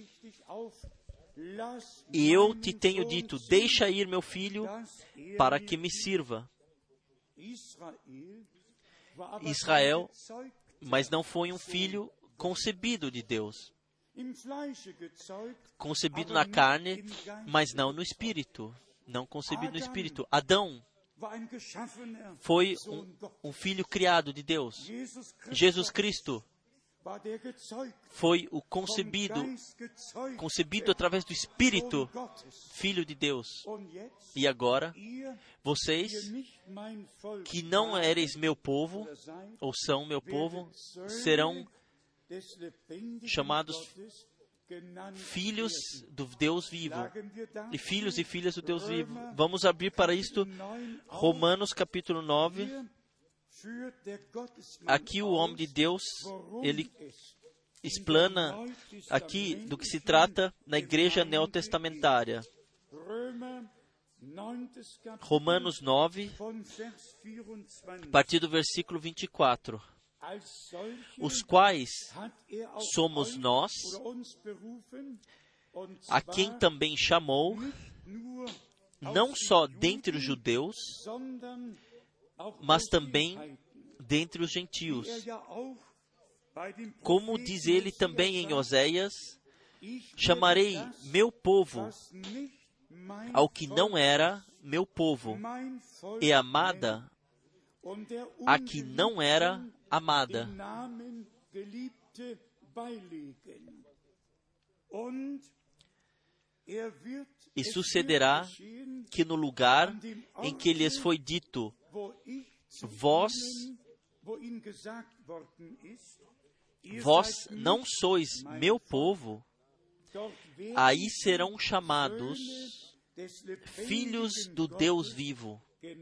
E eu te tenho dito: deixa ir meu filho para que me sirva. Israel, mas não foi um filho concebido de Deus. Concebido na carne, mas não no espírito. Não concebido no espírito. Adão foi um filho criado de Deus. Jesus Cristo foi o concebido através do Espírito, Filho de Deus. E agora, vocês, que não ereis meu povo, ou são meu povo, serão chamados filhos do Deus vivo, e filhos e filhas do Deus vivo. Vamos abrir para isto Romanos capítulo 9. Aqui o homem de Deus, ele explana aqui do que se trata na igreja neotestamentária. Romanos 9, a partir do versículo 24. Os quais somos nós, a quem também chamou, não só dentre os judeus, mas também dentre os gentios. Como diz ele também em Oséias, chamarei meu povo ao que não era meu povo, e amada a que não era amada. E sucederá que no lugar em que lhes foi dito, vós não sois meu povo, aí serão chamados filhos do Deus vivo.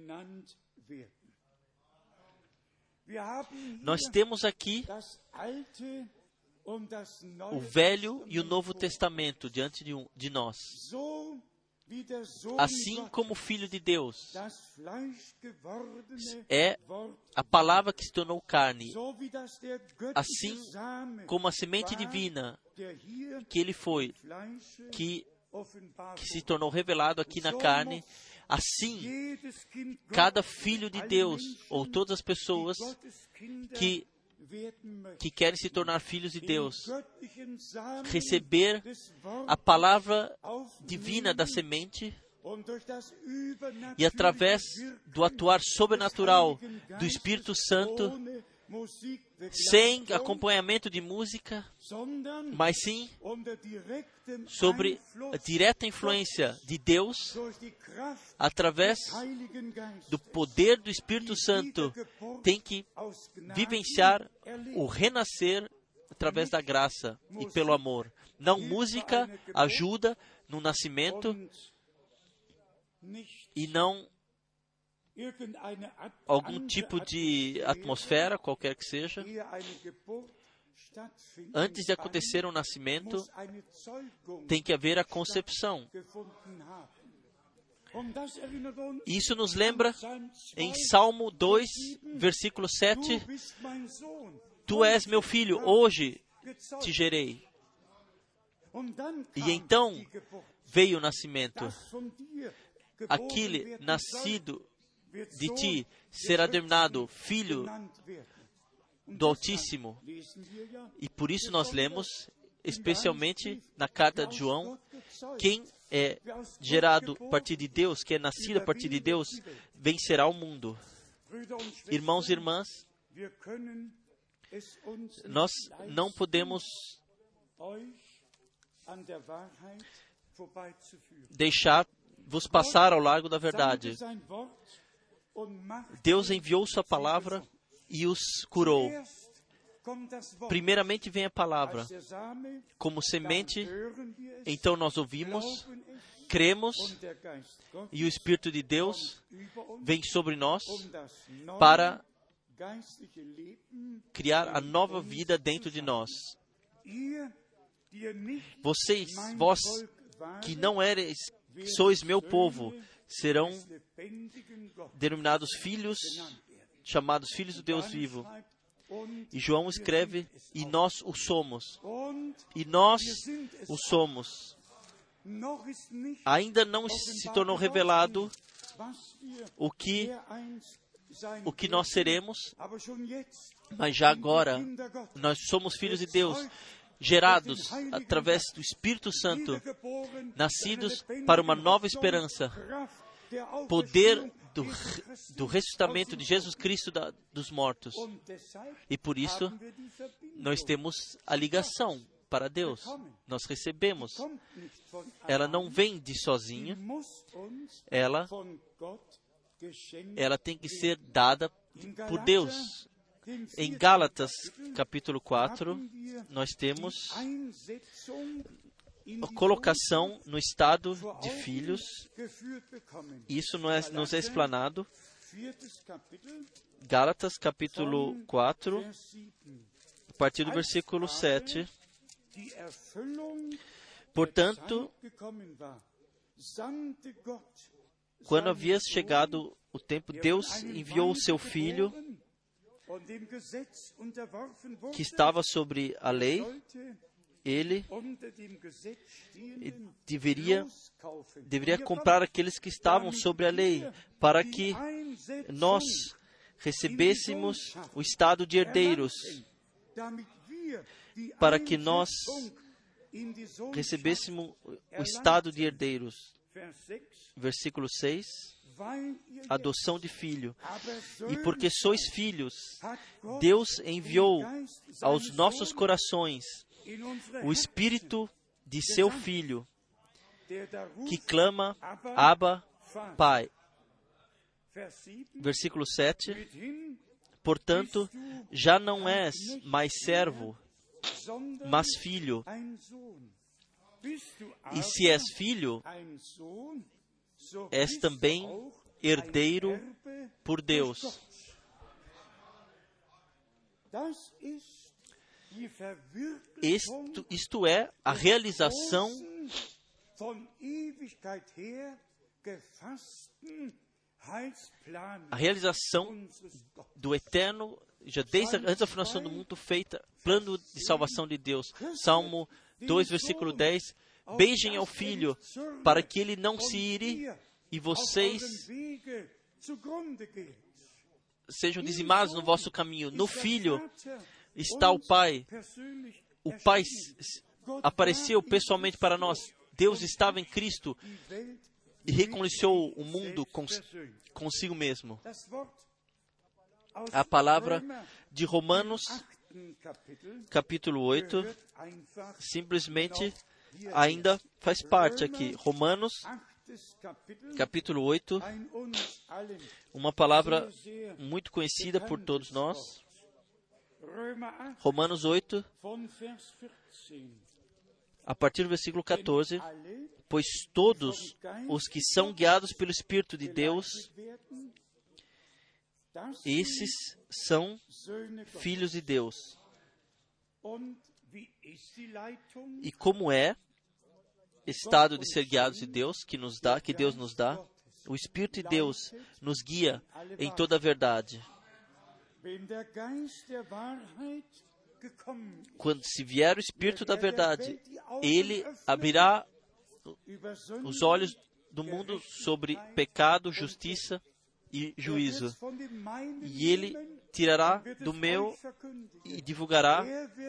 Nós temos aqui o Velho e o Novo Testamento diante de nós. Assim como o Filho de Deus é a palavra que se tornou carne, assim como a semente divina que ele foi, que se tornou revelado aqui na carne, assim cada filho de Deus, ou todas as pessoas que querem se tornar filhos de Deus, receber a palavra divina da semente e através do atuar sobrenatural do Espírito Santo, sem acompanhamento de música, mas sim sobre a direta influência de Deus, através do poder do Espírito Santo, tem que vivenciar o renascer através da graça e pelo amor. Não música ajuda no nascimento e não algum tipo de atmosfera, qualquer que seja. Antes de acontecer um nascimento, tem que haver a concepção. Isso nos lembra em Salmo 2, versículo 7, Tu és meu filho, hoje te gerei. E então veio o nascimento. Aquele nascido de ti será denominado Filho do Altíssimo. E por isso nós lemos, especialmente na carta de João, quem é gerado a partir de Deus, que é nascido a partir de Deus, vencerá o mundo. Irmãos e irmãs, nós não podemos deixar-vos passar ao largo da verdade. Deus enviou sua palavra e os curou. Primeiramente vem a palavra como semente, então nós ouvimos, cremos, e o Espírito de Deus vem sobre nós para criar a nova vida dentro de nós. Vós que não sois meu povo, serão denominados filhos, chamados filhos do Deus vivo. E João escreve, e nós o somos. E nós o somos. Ainda não se tornou revelado o que nós seremos, mas já agora nós somos filhos de Deus, gerados através do Espírito Santo, nascidos para uma nova esperança, poder do ressuscitamento de Jesus Cristo dos mortos. E por isso, nós temos a ligação para Deus. Nós recebemos. Ela não vem de sozinha. Ela tem que ser dada por Deus. Em Gálatas, capítulo 4, nós temos a colocação no estado de filhos. Isso nos é explanado. Gálatas, capítulo 4, a partir do versículo 7. Portanto, quando havia chegado o tempo, Deus enviou o seu Filho, que estava sobre a lei. Ele deveria comprar aqueles que estavam sobre a lei, para que nós recebêssemos o estado de herdeiros, para que nós recebêssemos o estado de herdeiros. Versículo 6, adoção de filho. E porque sois filhos, Deus enviou aos nossos corações o Espírito de seu Filho, que clama, Abba, Pai. Versículo 7, portanto, já não és mais servo, mas filho. E se és filho, és também herdeiro por Deus. Isto é a realização do eterno, já desde antes da fundação do mundo, feita, plano de salvação de Deus. Salmo 2, versículo 10, beijem ao Filho, para que ele não se ire e vocês sejam dizimados no vosso caminho. No Filho está o Pai. O Pai apareceu pessoalmente para nós. Deus estava em Cristo e reconciliou o mundo consigo mesmo. A palavra de Romanos, capítulo 8, simplesmente ainda faz parte aqui. Romanos, capítulo 8, uma palavra muito conhecida por todos nós. Romanos 8, a partir do versículo 14, pois todos os que são guiados pelo Espírito de Deus, esses são filhos de Deus. E como é estado de ser guiados de Deus, que Deus nos dá? O Espírito de Deus nos guia em toda a verdade. Quando se vier o Espírito da verdade, ele abrirá os olhos do mundo sobre pecado, justiça e juízo. E ele tirará do meu e divulgará.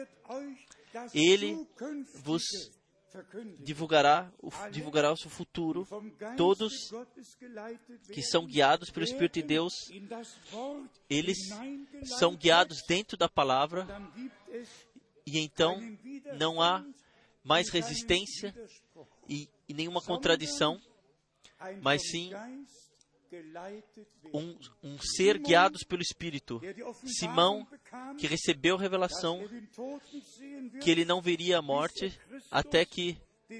Ele vos divulgará o seu futuro. Todos que são guiados pelo Espírito de Deus, eles são guiados dentro da palavra, e então não há mais resistência e nenhuma contradição, mas sim um ser guiados pelo Espírito. Simão, que recebeu revelação que ele não veria a morte até que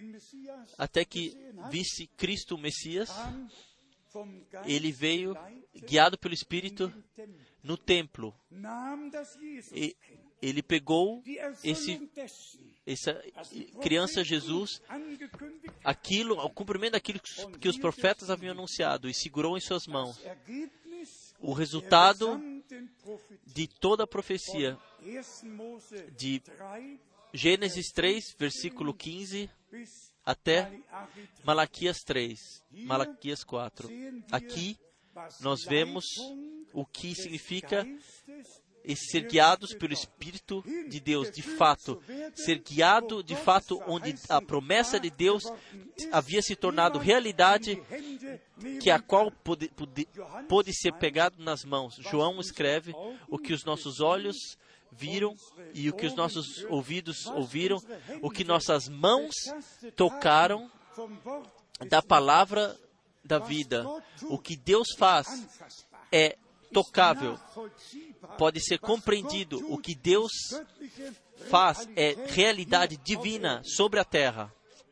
visse Cristo, o Messias, ele veio guiado pelo Espírito no templo. E ele pegou essa criança Jesus, o cumprimento daquilo que os profetas haviam anunciado, e segurou em suas mãos. O resultado de toda a profecia de Gênesis 3, versículo 15, até Malaquias 3, Malaquias 4. Aqui nós vemos o que significa ser guiados pelo Espírito de Deus, de fato. Ser guiado, de fato, onde a promessa de Deus havia se tornado realidade, que a qual pôde ser pegado nas mãos. João escreve o que os nossos olhos viram e o que os nossos ouvidos ouviram, o que nossas mãos tocaram da palavra da vida. O que Deus faz é tocável, pode ser compreendido. O que Deus faz é realidade divina sobre a terra.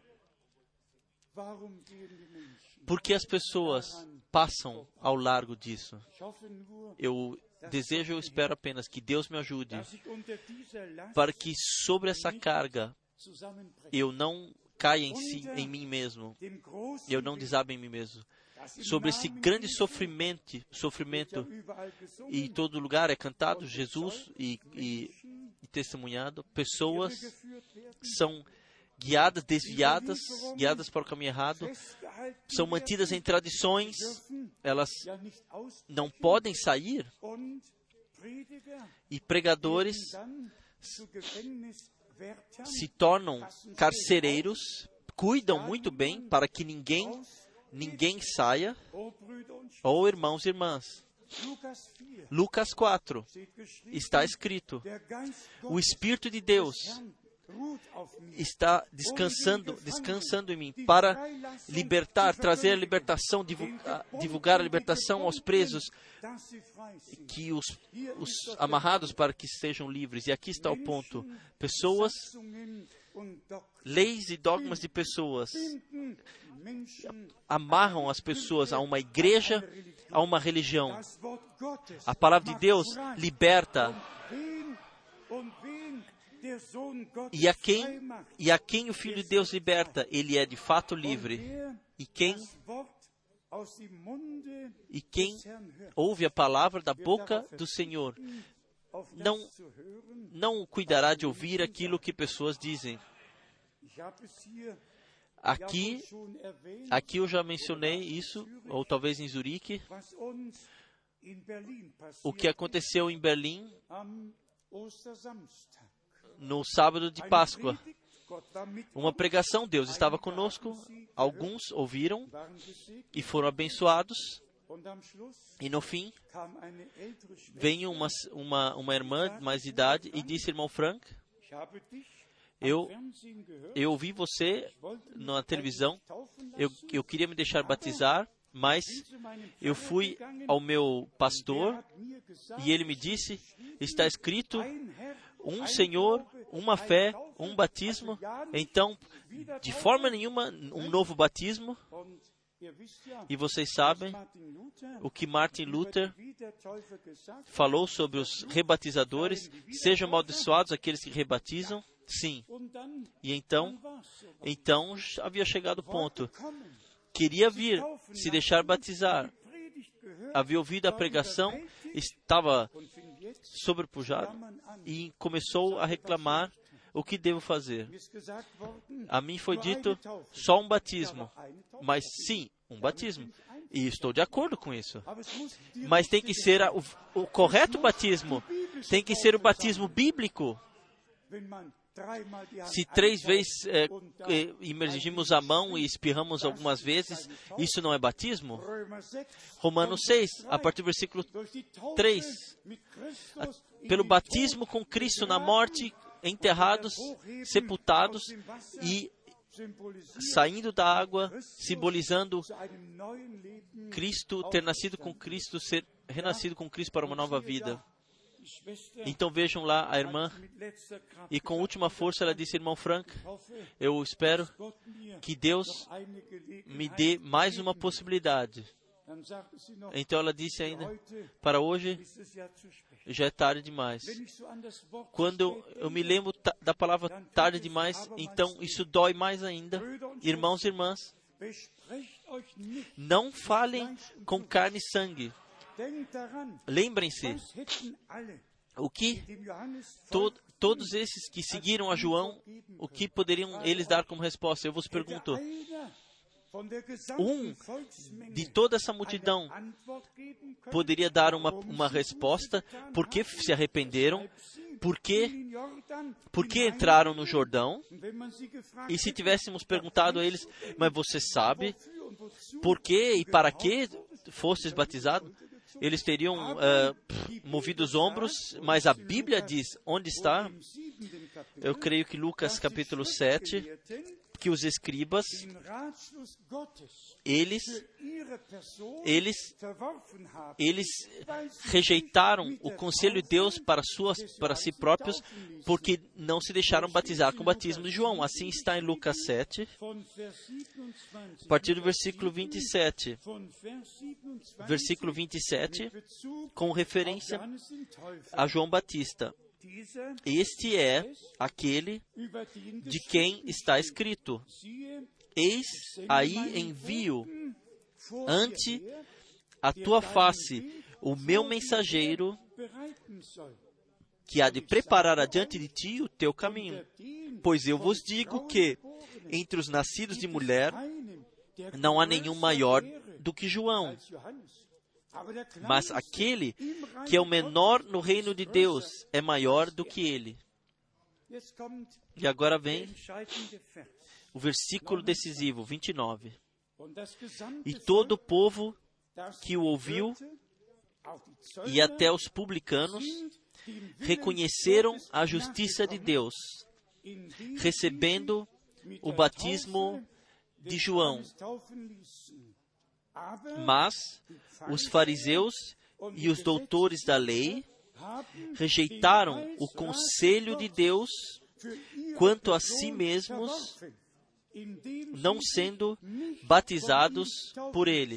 Por que as pessoas passam ao largo disso? Eu desejo, eu espero apenas que Deus me ajude para que sobre essa carga eu não caia em mim mesmo, eu não desabe em mim mesmo. Sobre esse grande sofrimento, e em todo lugar é cantado Jesus e testemunhado. Pessoas são guiadas, desviadas, guiadas para o caminho errado, são mantidas em tradições, elas não podem sair, e pregadores se tornam carcereiros, cuidam muito bem para que ninguém saia. Oh, irmãos e irmãs, Lucas 4 está escrito: o Espírito de Deus está descansando em mim para libertar, trazer a libertação, divulgar a libertação aos presos, que os amarrados para que sejam livres. E aqui está o ponto: pessoas, leis e dogmas de pessoas amarram as pessoas a uma igreja, a uma religião. A palavra de Deus liberta. E a quem o Filho de Deus liberta, ele é de fato livre. E quem ouve a palavra da boca do Senhor não cuidará de ouvir aquilo que pessoas dizem. Aqui eu já mencionei isso, ou talvez em Zurique, o que aconteceu em Berlim no sábado de Páscoa. Uma pregação, Deus estava conosco, alguns ouviram e foram abençoados, e no fim veio uma irmã de mais idade e disse: irmão Frank, eu ouvi você na televisão, eu queria me deixar batizar, mas eu fui ao meu pastor e ele me disse: está escrito, um Senhor, uma fé, um batismo. Então, de forma nenhuma, um novo batismo. E vocês sabem o que Martin Luther falou sobre os rebatizadores: sejam amaldiçoados aqueles que rebatizam. Sim. E então havia chegado o ponto. Queria vir, se deixar batizar. Havia ouvido a pregação, estava sobrepujado e começou a reclamar: o que devo fazer? A mim foi dito: só um batismo. Mas sim, um batismo. E estou de acordo com isso. Mas tem que ser o correto batismo. Tem que ser o batismo bíblico. Se 3 vezes imergimos a mão e espirramos algumas vezes, isso não é batismo? Romanos 6, a partir do versículo 3. Pelo batismo com Cristo na morte, enterrados, sepultados e saindo da água, simbolizando Cristo, ter nascido com Cristo, ser renascido com Cristo para uma nova vida. Então vejam lá a irmã, e com última força ela disse: irmão Frank, eu espero que Deus me dê mais uma possibilidade. Então ela disse ainda: para hoje já é tarde demais. Quando eu me lembro da palavra tarde demais, então isso dói mais ainda. Irmãos e irmãs, não falem com carne e sangue. Lembrem-se, o que todos esses que seguiram a João, o que poderiam eles dar como resposta? Eu vos pergunto, de toda essa multidão poderia dar uma resposta: por que se arrependeram? Por que entraram no Jordão? E se tivéssemos perguntado a eles: mas você sabe por que e para que fostes batizados? Eles teriam movido os ombros, mas a Bíblia diz, onde está? Eu creio que Lucas capítulo 7, que os escribas, eles rejeitaram o conselho de Deus para si próprios, porque não se deixaram batizar com o batismo de João. Assim está em Lucas 7, a partir do versículo 27. Versículo 27, com referência a João Batista. Este é aquele de quem está escrito: eis aí envio ante a tua face o meu mensageiro, que há de preparar adiante de ti o teu caminho. Pois eu vos digo que, entre os nascidos de mulher, não há nenhum maior do que João. Mas aquele que é o menor no reino de Deus é maior do que ele. E agora vem o versículo decisivo, 29. E todo o povo que o ouviu, e até os publicanos, reconheceram a justiça de Deus, recebendo o batismo de João. Mas os fariseus e os doutores da lei rejeitaram o conselho de Deus quanto a si mesmos, não sendo batizados por ele.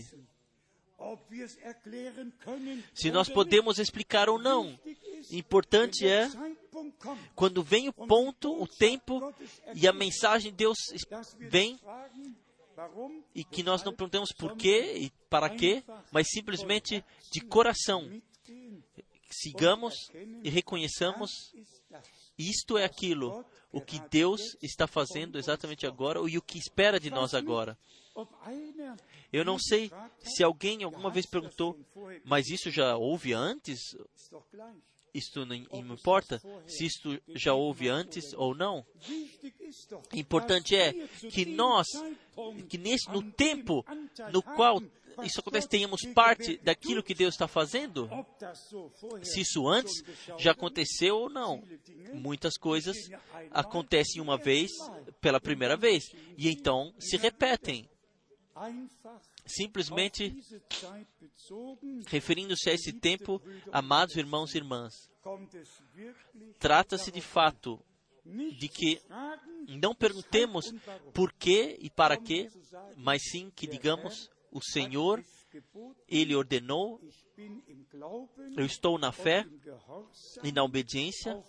Se nós podemos explicar ou não, importante é quando vem o ponto, o tempo e a mensagem de Deus vem, e que nós não perguntamos por quê e para quê, mas simplesmente de coração sigamos e reconheçamos: isto é aquilo, o que Deus está fazendo exatamente agora e o que espera de nós agora. Eu não sei se alguém alguma vez perguntou, mas isso já houve antes? Isto não importa se isto já houve antes ou não. Importante é que nós, no tempo no qual isso acontece, tenhamos parte daquilo que Deus está fazendo. Se isso antes já aconteceu ou não. Muitas coisas acontecem uma vez, pela primeira vez, e então se repetem. Simplesmente referindo-se a esse tempo, amados irmãos e irmãs, trata-se de fato de que não perguntemos por quê e para quê, mas sim que digamos: o Senhor, Ele ordenou, eu estou na fé e na obediência,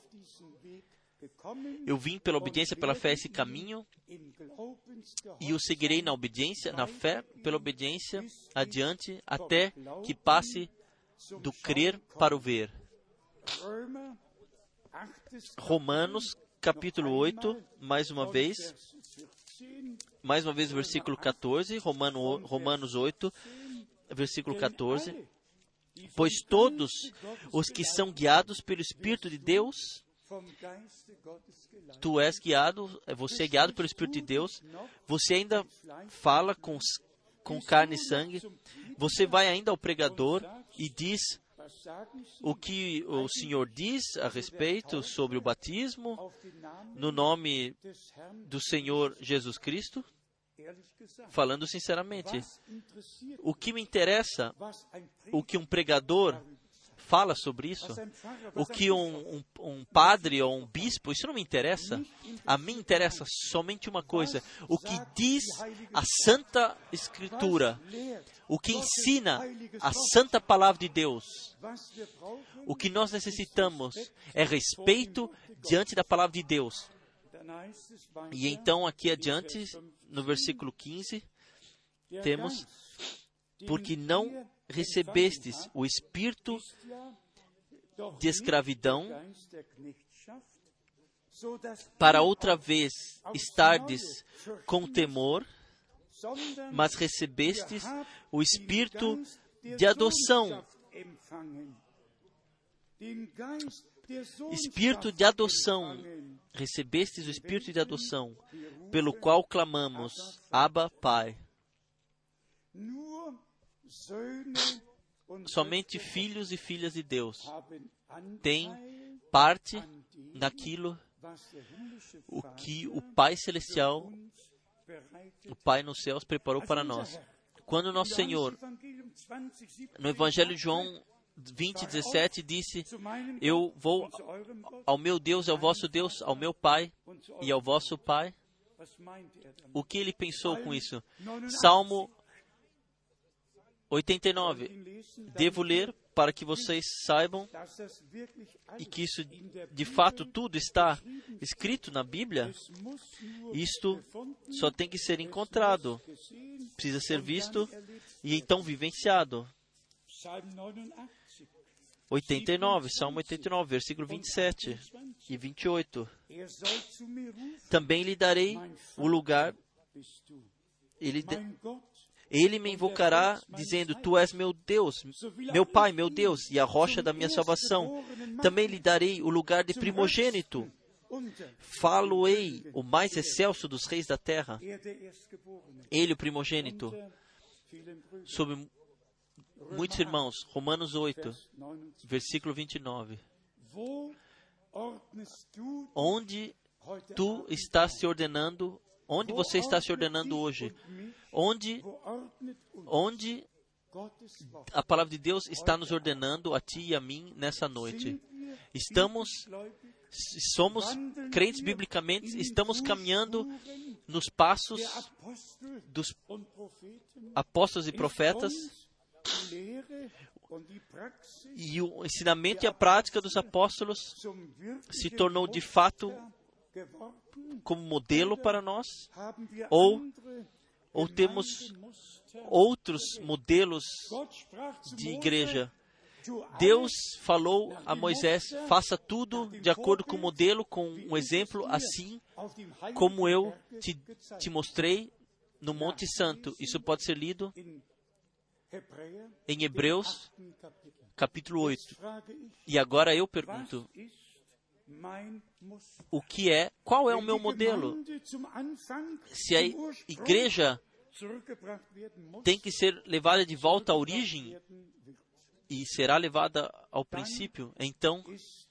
eu vim pela obediência, pela fé, esse caminho, e o seguirei na obediência, na fé, pela obediência, adiante, até que passe do crer para o ver. Romanos, capítulo 8, mais uma vez, o versículo 14, Romanos 8, versículo 14. Pois todos os que são guiados pelo Espírito de Deus, tu és guiado, você é guiado pelo Espírito de Deus, você ainda fala com carne e sangue, você vai ainda ao pregador e diz o que o Senhor diz a respeito sobre o batismo no nome do Senhor Jesus Cristo? Falando sinceramente, o que me interessa, o que um pregador fala sobre isso, o que um padre ou um bispo, isso não me interessa. A mim interessa somente uma coisa: o que diz a Santa Escritura, o que ensina a Santa Palavra de Deus. O que nós necessitamos é respeito diante da Palavra de Deus. E então, aqui adiante, no versículo 15, temos: porque não recebestes o espírito de escravidão, para outra vez estardes com temor, mas recebestes o espírito de adoção. Espírito de adoção. Recebestes o espírito de adoção, pelo qual clamamos: Abba, Pai. Somente filhos e filhas de Deus têm parte naquilo o que o Pai Celestial, o Pai nos céus, preparou para nós. Quando nosso Senhor, no Evangelho de João 20:17, disse: eu vou ao meu Deus, ao vosso Deus, ao meu Pai e ao vosso Pai. O que ele pensou com isso? Salmo 89. Devo ler para que vocês saibam e que isso, de fato, tudo está escrito na Bíblia. Isto só tem que ser encontrado, precisa ser visto e então vivenciado. 89, Salmo 89, versículo 27 e 28. Também lhe darei o lugar, ele me invocará, dizendo, Tu és meu Deus, meu Pai, meu Deus, e a rocha da minha salvação. Também lhe darei o lugar de primogênito. Falo-ei o mais excelso dos reis da terra. Ele, o primogênito, sobre muitos irmãos. Romanos 8, versículo 29. Onde tu estás se ordenando? Onde você está se ordenando hoje? Onde a palavra de Deus está nos ordenando a ti e a mim nessa noite? Somos crentes biblicamente, estamos caminhando nos passos dos apóstolos e profetas, e o ensinamento e a prática dos apóstolos se tornou de fato como modelo para nós, ou temos outros modelos de igreja. Deus falou a Moisés, faça tudo de acordo com o modelo, com um exemplo, assim como eu te mostrei no Monte Santo. Isso pode ser lido em Hebreus, capítulo 8. E agora eu pergunto, qual é o meu modelo? Se a igreja tem que ser levada de volta à origem, e será levada ao princípio, então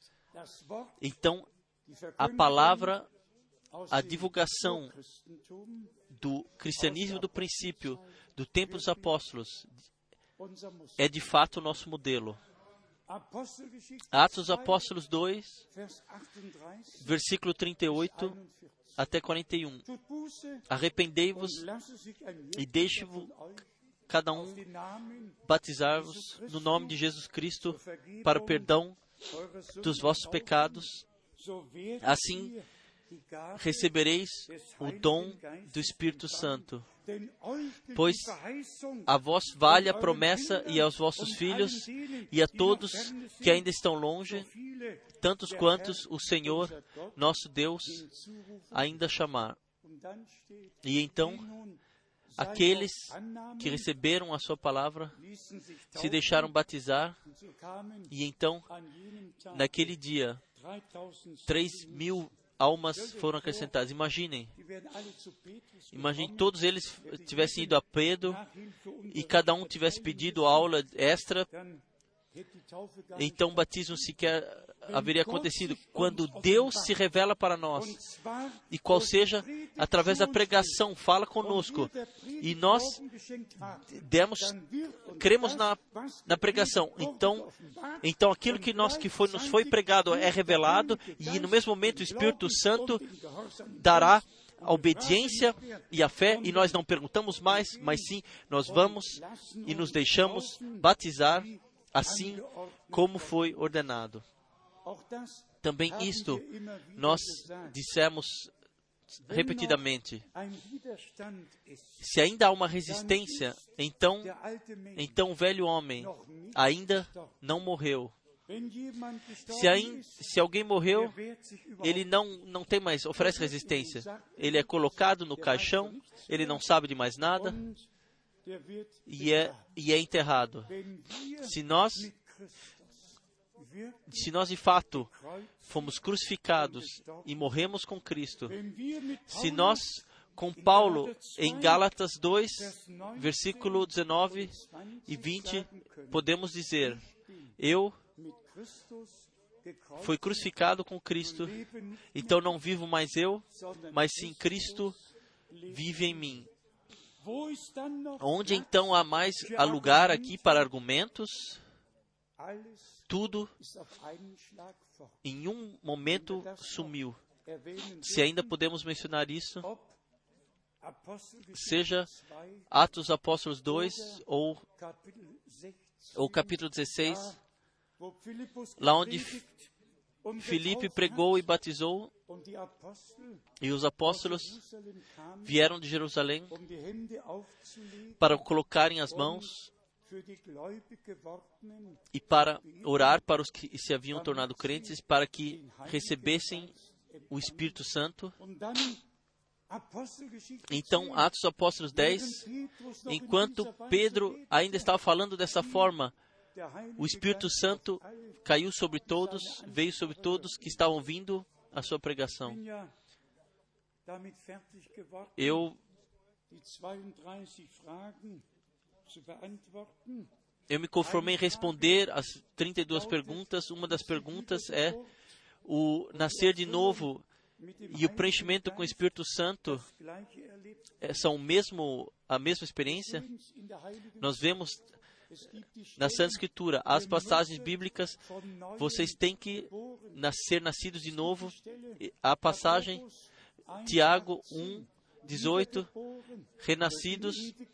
a palavra, a divulgação do cristianismo do princípio, do tempo dos apóstolos, é de fato o nosso modelo. Atos dos Apóstolos 2, versículo 38 até 41. Arrependei-vos e deixe-vos cada um batizar-vos no nome de Jesus Cristo para o perdão dos vossos pecados. Assim recebereis o dom do Espírito Santo. Pois a vós vale a promessa, e aos vossos filhos, e a todos que ainda estão longe, tantos quantos o Senhor, nosso Deus, ainda chamar. E então, aqueles que receberam a sua palavra se deixaram batizar, e então, naquele dia, 3.000 almas foram acrescentadas. Imagine, todos eles tivessem ido a Pedro e cada um tivesse pedido aula extra, então o batismo sequer haveria acontecido. Quando Deus se revela para nós, e qual seja, através da pregação, fala conosco, e nós cremos na pregação, então aquilo que nos foi pregado é revelado, e no mesmo momento o Espírito Santo dará a obediência e a fé, e nós não perguntamos mais, mas sim, nós vamos e nos deixamos batizar, assim como foi ordenado. Também isto nós dissemos repetidamente. Se ainda há uma resistência, então o velho homem ainda não morreu. Se alguém morreu, ele não tem mais, oferece resistência. Ele é colocado no caixão, ele não sabe de mais nada, e é enterrado. Se nós de fato fomos crucificados e morremos com Cristo, se nós, com Paulo, em Gálatas 2, versículo 19 e 20, podemos dizer, eu fui crucificado com Cristo, então não vivo mais eu, mas sim Cristo vive em mim. Onde então há lugar aqui para argumentos? Tudo em um momento sumiu. Se ainda podemos mencionar isso, seja Atos dos Apóstolos 2 ou capítulo 16, lá onde Filipe pregou e batizou, e os apóstolos vieram de Jerusalém para colocarem as mãos e para orar para os que se haviam tornado crentes, para que recebessem o Espírito Santo. Então, Atos dos Apóstolos 10, enquanto Pedro ainda estava falando dessa forma, o Espírito Santo caiu sobre todos, veio sobre todos que estavam ouvindo a sua pregação. Eu me conformei em responder as 32 perguntas. Uma das perguntas é o nascer de novo e o preenchimento com o Espírito Santo são a mesma experiência? Nós vemos na Santa Escritura as passagens bíblicas, vocês têm que ser nascidos de novo. A passagem, Tiago 1:18, renascidos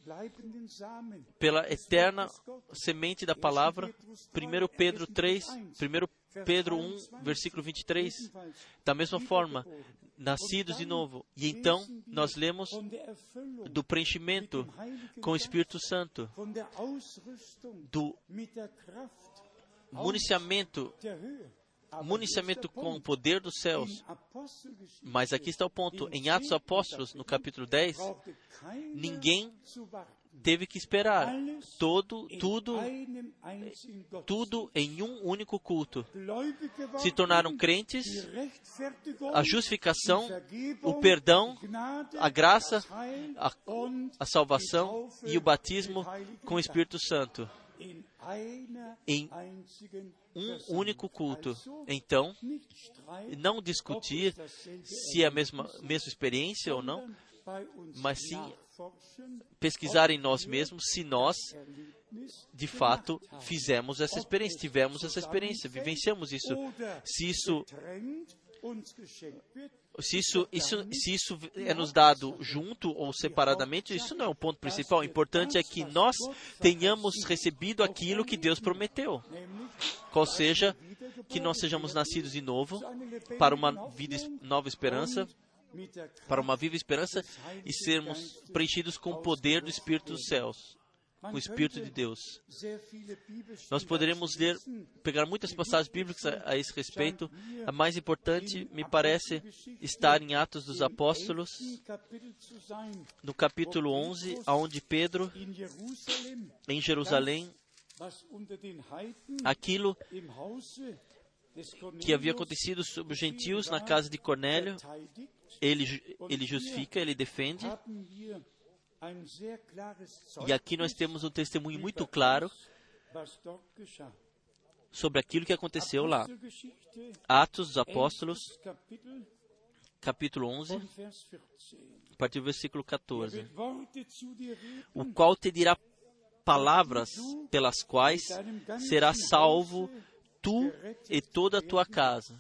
pela eterna semente da palavra. 1 Pedro 1, versículo 23, da mesma forma, nascidos de novo. E então, nós lemos do preenchimento com o Espírito Santo, do municiamento com o poder dos céus. Mas aqui está o ponto. Em Atos dos Apóstolos, no capítulo 10, ninguém teve que esperar. Tudo em um único culto. Se tornaram crentes, a justificação, o perdão, a graça, a salvação e o batismo com o Espírito Santo. Em um único culto. Então, não discutir se é a mesma experiência ou não, mas sim pesquisar em nós mesmos se nós, de fato, fizemos essa experiência, tivemos essa experiência, vivenciamos isso. Se isso é nos dado junto ou separadamente, isso não é o ponto principal. O importante é que nós tenhamos recebido aquilo que Deus prometeu. Qual seja, que nós sejamos nascidos de novo para uma nova esperança, para uma viva esperança e sermos preenchidos com o poder do Espírito dos céus, com o Espírito de Deus. Nós poderemos pegar muitas passagens bíblicas a esse respeito. A mais importante, me parece, estar em Atos dos Apóstolos, no capítulo 11, onde Pedro, em Jerusalém, aquilo que havia acontecido sobre os gentios na casa de Cornélio, ele justifica, ele defende. E aqui nós temos um testemunho muito claro sobre aquilo que aconteceu lá. Atos dos Apóstolos, capítulo 11, a partir do versículo 14. O qual te dirá palavras pelas quais serás salvo tu e toda a tua casa.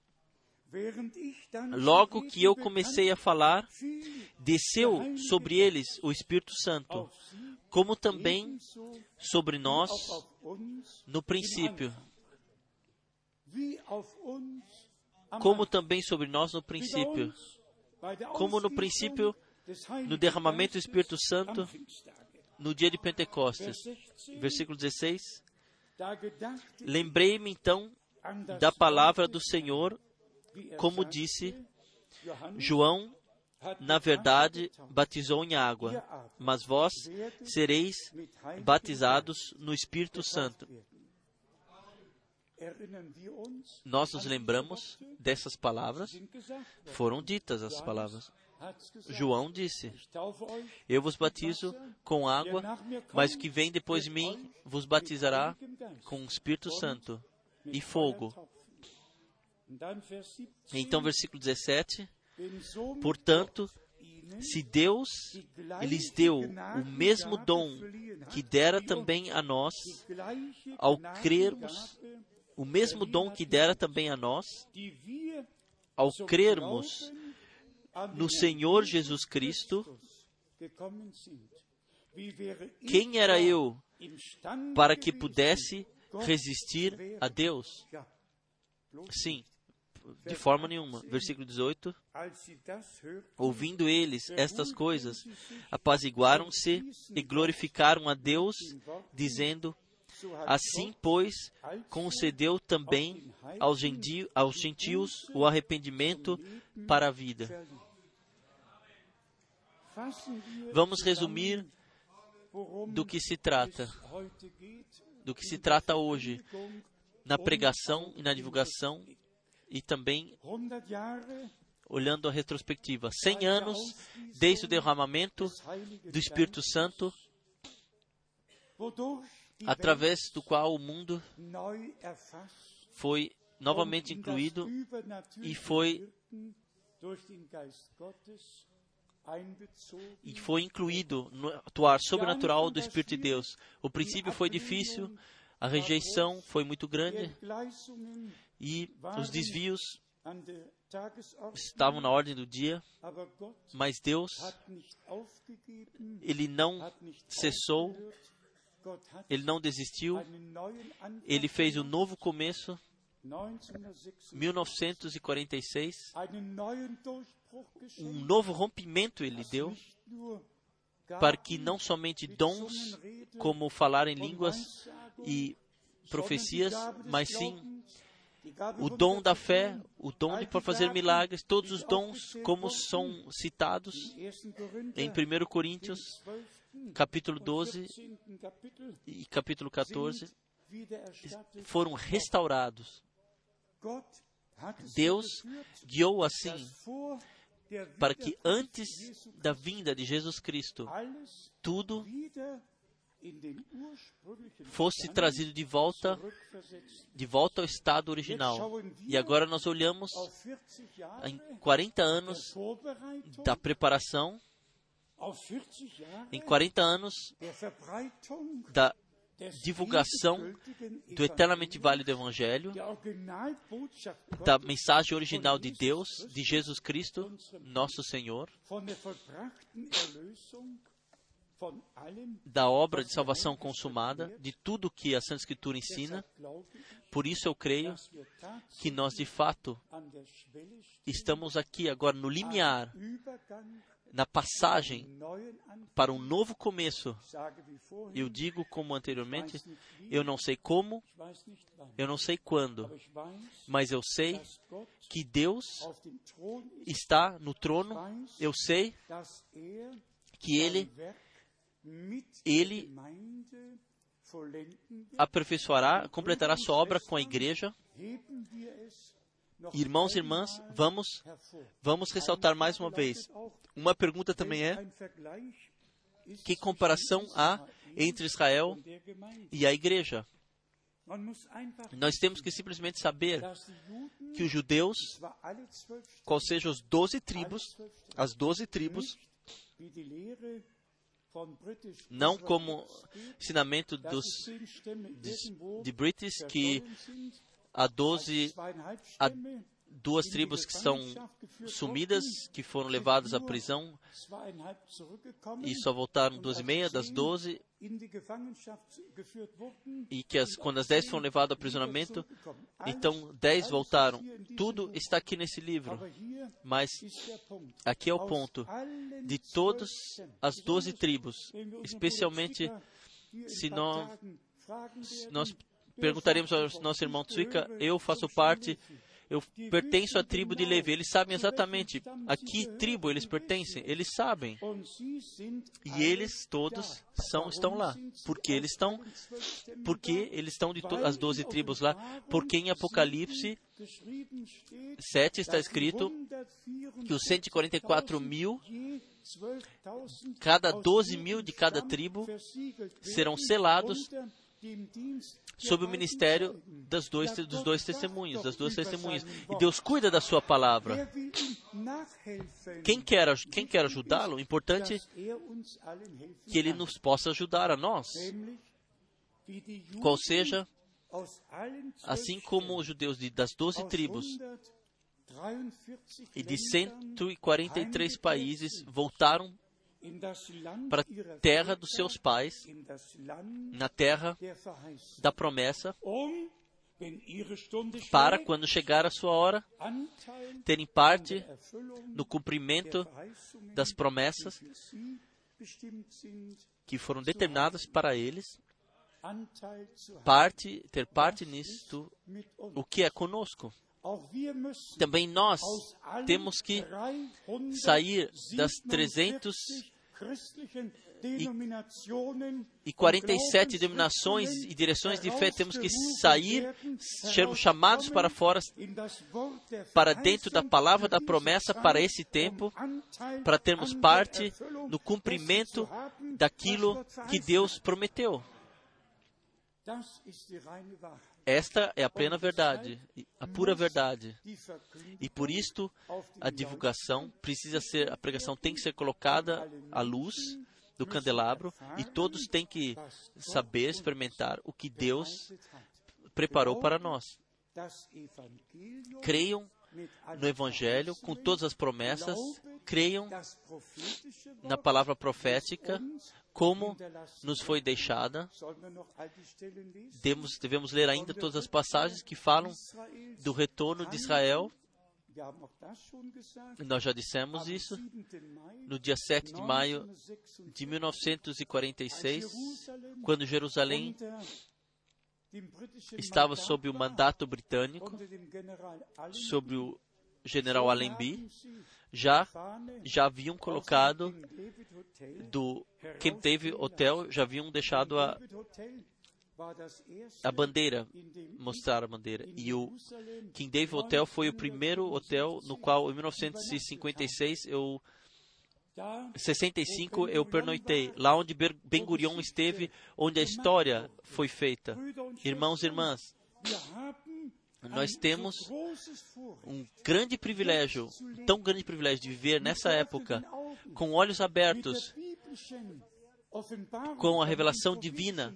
Logo que eu comecei a falar, desceu sobre eles o Espírito Santo, como também sobre nós no princípio. Como também sobre nós no princípio. Como no princípio, no derramamento do Espírito Santo, no dia de Pentecostes. Versículo 16. Lembrei-me então da palavra do Senhor, como disse, João, na verdade, batizou em água, mas vós sereis batizados no Espírito Santo. Nós nos lembramos dessas palavras, foram ditas as palavras. João disse, eu vos batizo com água, mas o que vem depois de mim vos batizará com o Espírito Santo e fogo. Então, versículo 17, portanto, se Deus lhes deu o mesmo dom que dera também a nós, ao crermos, o mesmo dom que dera também a nós, ao crermos no Senhor Jesus Cristo, quem era eu para que pudesse resistir a Deus? Sim, de forma nenhuma. Versículo 18. Ouvindo eles estas coisas, apaziguaram-se e glorificaram a Deus, dizendo: assim, pois, concedeu também aos gentios o arrependimento para a vida. Vamos resumir do que se trata hoje, na pregação e na divulgação, e também olhando a retrospectiva. 100 anos desde o derramamento do Espírito Santo, através do qual o mundo foi novamente incluído e foi incluído no atuar sobrenatural do Espírito de Deus. O princípio foi difícil, a rejeição foi muito grande e os desvios estavam na ordem do dia, mas Deus, Ele não cessou, Ele não desistiu, Ele fez um novo começo. 1946, um novo rompimento Ele deu, para que não somente dons, como falar em línguas e profecias, mas sim o dom da fé, o dom para fazer milagres, todos os dons, como são citados em 1 Coríntios, capítulo 12 e capítulo 14, foram restaurados. Deus guiou assim, para que antes da vinda de Jesus Cristo, tudo fosse trazido de volta ao estado original. E agora nós olhamos em 40 anos da preparação, em 40 anos da divulgação do eternamente válido Evangelho, da mensagem original de Deus, de Jesus Cristo, nosso Senhor, da obra de salvação consumada, de tudo que a Santa Escritura ensina. Por isso eu creio que nós, de fato, estamos aqui agora no limiar, na passagem para um novo começo. Eu digo como anteriormente, eu não sei como, eu não sei quando, mas eu sei que Deus está no trono, eu sei que Ele aperfeiçoará, completará sua obra com a igreja. Irmãos e irmãs, vamos ressaltar mais uma vez. Uma pergunta também é: que comparação há entre Israel e a igreja? Nós temos que simplesmente saber que os judeus, qual sejam as 12 tribos, não como ensinamento de British, que há 2 tribos que são sumidas, que foram levadas à prisão e só voltaram 2,5 das 12, e que quando as 10 foram levadas ao aprisionamento, então 10 voltaram. Tudo está aqui nesse livro, mas aqui é o ponto de todas as 12 tribos, especialmente se nós perguntaremos ao nosso irmão Tzwika, eu faço parte, eu pertenço à tribo de Levi. Eles sabem exatamente a que tribo eles pertencem. Eles sabem. E eles todos estão lá. Porque eles estão de as 12 tribos lá. Porque em Apocalipse 7 está escrito que os 144.000, cada 12.000 de cada tribo, serão selados sob o ministério dos dois testemunhos, das 2 testemunhas. E Deus cuida da sua palavra. Quem quer ajudá-lo, o importante é que Ele nos possa ajudar a nós. Qual seja, assim como os judeus das 12 tribos e de 143 países voltaram para a terra dos seus pais, na terra da promessa, para, quando chegar a sua hora, terem parte no cumprimento das promessas que foram determinadas para eles, ter parte nisto, o que é conosco. Também nós temos que sair das 347 denominações e direções de fé, temos que sair, sermos chamados para fora, para dentro da palavra da promessa, para esse tempo, para termos parte no cumprimento daquilo que Deus prometeu. Esta é a plena verdade, a pura verdade. E por isto, a divulgação precisa ser, a pregação tem que ser colocada à luz do candelabro, e todos têm que saber, experimentar o que Deus preparou para nós. Creiam no Evangelho com todas as promessas, creiam na palavra profética, como nos foi deixada. Devemos ler ainda todas as passagens que falam do retorno de Israel. Nós já dissemos isso. No dia 7 de maio de 1946, quando Jerusalém estava sob o mandato britânico, sob o general Allenby, já haviam colocado do Camp David Hotel, já haviam deixado a bandeira, mostrar a bandeira. E o Camp David Hotel foi o primeiro hotel no qual, em 1965, eu pernoitei, lá onde Ben Gurion esteve, onde a história foi feita. Irmãos e irmãs, nós temos um grande privilégio, tão grande privilégio de viver nessa época, com olhos abertos, com a revelação divina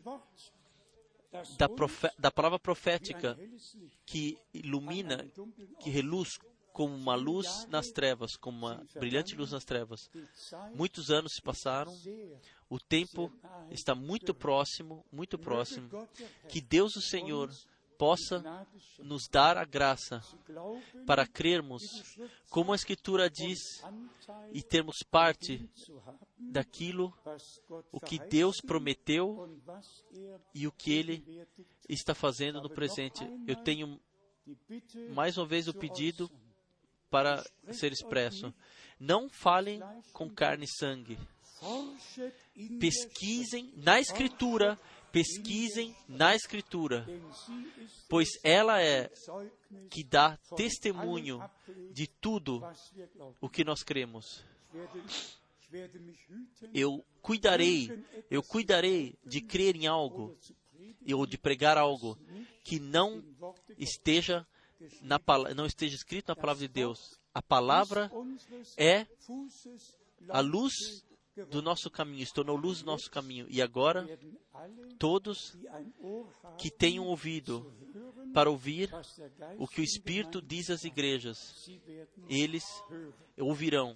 da palavra profética, que ilumina, que reluz como uma luz nas trevas, como uma brilhante luz nas trevas. Muitos anos se passaram, o tempo está muito próximo, que Deus o Senhor possa nos dar a graça para crermos, como a Escritura diz, e termos parte daquilo, o que Deus prometeu e o que Ele está fazendo no presente. Eu tenho mais uma vez o pedido para ser expresso. Não falem com carne e sangue. Pesquisem na Escritura, pois ela é que dá testemunho de tudo o que nós cremos. Eu cuidarei de crer em algo, ou de pregar algo que não esteja escrito na palavra de Deus. A palavra é a luz do nosso caminho, se tornou luz do nosso caminho. E agora, todos que tenham ouvido para ouvir o que o Espírito diz às igrejas, eles ouvirão,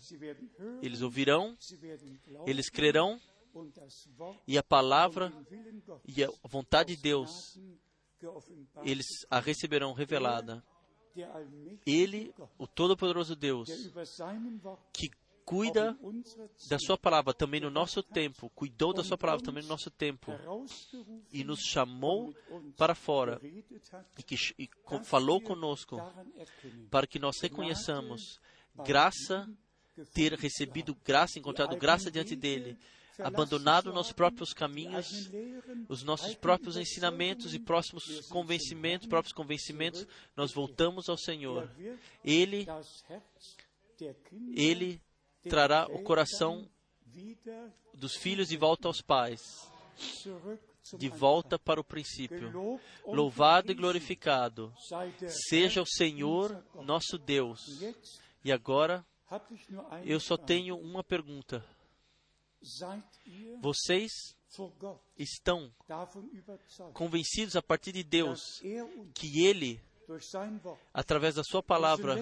eles crerão, e a palavra e a vontade de Deus, eles a receberão revelada. Ele, o Todo-Poderoso Deus, que cuida da sua palavra também no nosso tempo, cuidou da sua palavra também no nosso tempo, e nos chamou para fora, e falou conosco, para que nós reconheçamos graça, ter recebido graça, encontrado graça diante dele, abandonado nossos próprios caminhos, os nossos próprios ensinamentos e próprios convencimentos, nós voltamos ao Senhor. Ele trará o coração dos filhos de volta aos pais, de volta para o princípio. Louvado e glorificado seja o Senhor nosso Deus. E agora, eu só tenho uma pergunta. Vocês estão convencidos a partir de Deus que Ele, através da sua palavra,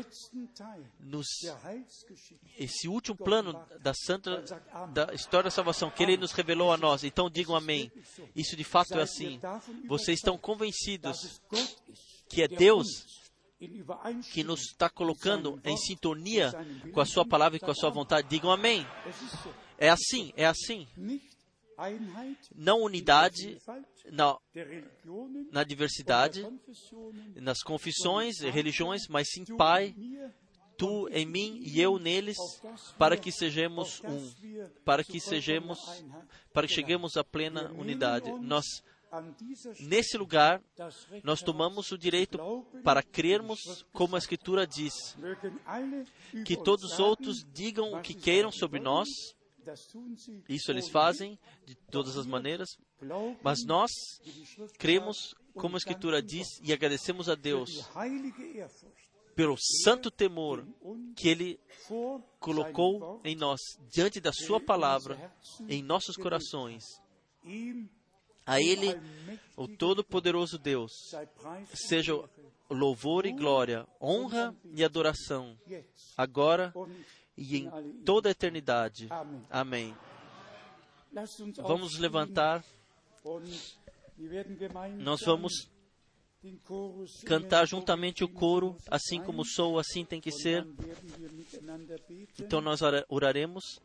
esse último plano da história da salvação, que Ele nos revelou a nós? Então digam amém. Isso de fato é assim. Vocês estão convencidos que é Deus que nos está colocando em sintonia com a sua palavra e com a sua vontade. Digam amém. É assim, é assim. Não unidade na diversidade, nas confissões e religiões, mas sim, Pai, Tu em mim e eu neles, para que sejamos um, para que cheguemos à plena unidade. Nesse lugar, nós tomamos o direito para crermos como a Escritura diz. Que todos os outros digam o que queiram sobre nós. Isso eles fazem de todas as maneiras. Mas nós cremos como a Escritura diz e agradecemos a Deus pelo santo temor que Ele colocou em nós, diante da Sua palavra, em nossos corações. A Ele, o Todo-Poderoso Deus, seja louvor e glória, honra e adoração, agora e em toda a eternidade. Amém. Vamos nos levantar. Nós vamos cantar juntamente o coro, assim como sou, assim tem que ser. Então nós oraremos.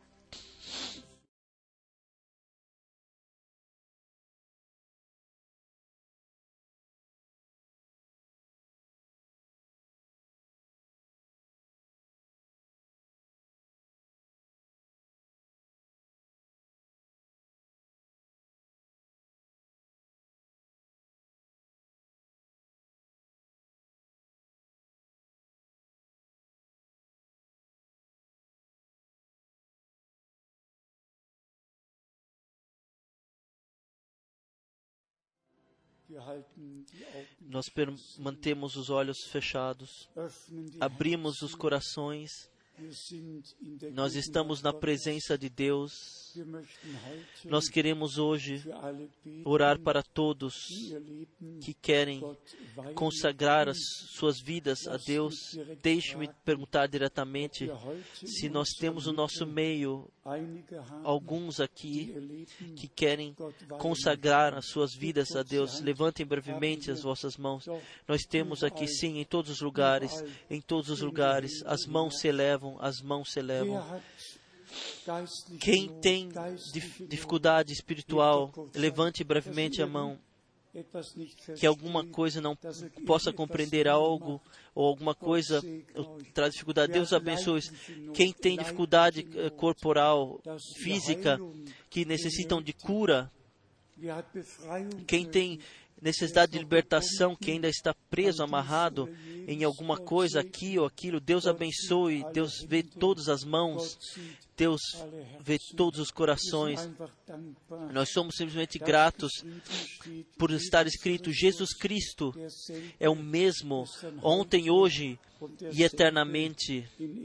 Nós mantemos os olhos fechados, abrimos os corações. Nós estamos na presença de Deus. Nós queremos hoje orar para todos que querem consagrar as suas vidas a Deus. Deixe-me perguntar diretamente se nós temos no nosso meio alguns aqui que querem consagrar as suas vidas a Deus. Levantem brevemente as vossas mãos. Nós temos aqui, sim, em todos os lugares, as mãos se elevam, as mãos se elevam. Quem tem dificuldade espiritual, levante brevemente a mão. Que alguma coisa não possa compreender algo, ou alguma coisa traz dificuldade. Deus abençoe. Quem tem dificuldade corporal, física, que necessitam de cura. Quem tem necessidade de libertação, que ainda está preso, amarrado em alguma coisa aqui ou aquilo, Deus abençoe. Deus vê todas as mãos, Deus vê todos os corações. Nós somos simplesmente gratos por estar escrito: Jesus Cristo é o mesmo ontem, hoje e eternamente.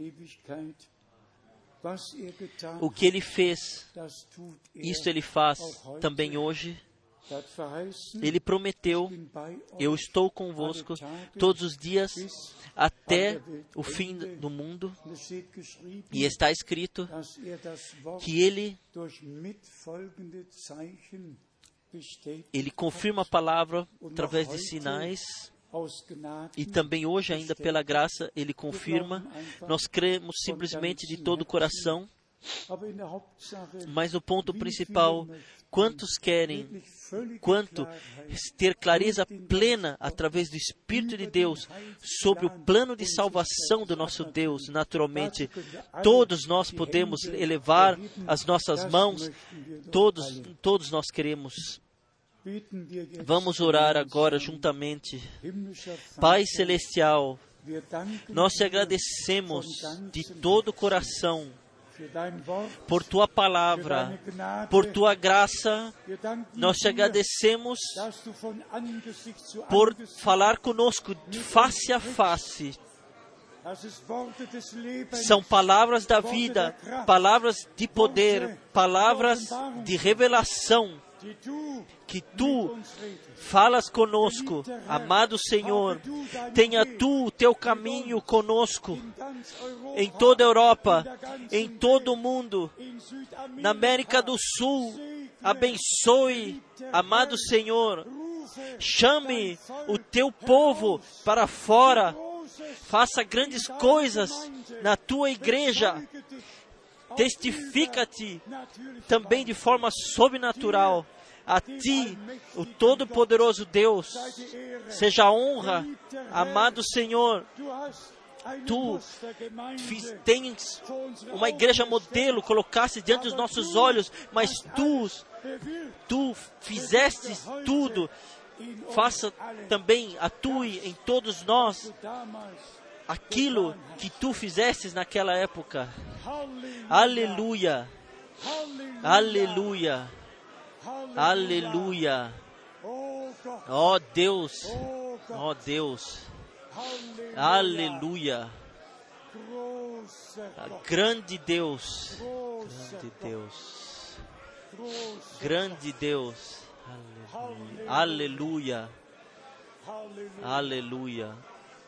O que Ele fez, isso Ele faz também hoje. Ele prometeu: eu estou convosco todos os dias até o fim do mundo. E está escrito que Ele confirma a palavra através de sinais. E também hoje, ainda pela graça, Ele confirma. Nós cremos simplesmente de todo o coração. Mas o ponto principal: quantos querem ter clareza plena através do Espírito de Deus sobre o plano de salvação do nosso Deus? Naturalmente, todos nós podemos elevar as nossas mãos, todos nós queremos. Vamos orar agora juntamente. Pai Celestial, nós te agradecemos de todo o coração por Tua palavra, por Tua graça. Nós te agradecemos por falar conosco face a face. São palavras da vida, palavras de poder, palavras de revelação, que Tu falas conosco. Amado Senhor, tenha Tu o Teu caminho conosco, em toda a Europa, em todo o mundo, na América do Sul. Abençoe, amado Senhor, Chame o teu povo para fora. Faça grandes coisas na tua igreja. Testifica-te também de forma sobrenatural. A ti, o Todo-Poderoso Deus, seja a honra, amado Senhor. Tu tens uma igreja modelo, colocaste diante dos nossos olhos, mas Tu fizeste tudo. Faça também, atue em todos nós aquilo que Tu fizestes naquela época. Aleluia, aleluia, aleluia. Ó Deus, ó Deus, aleluia. Grande Deus, grande Deus, grande Deus. Aleluia, aleluia.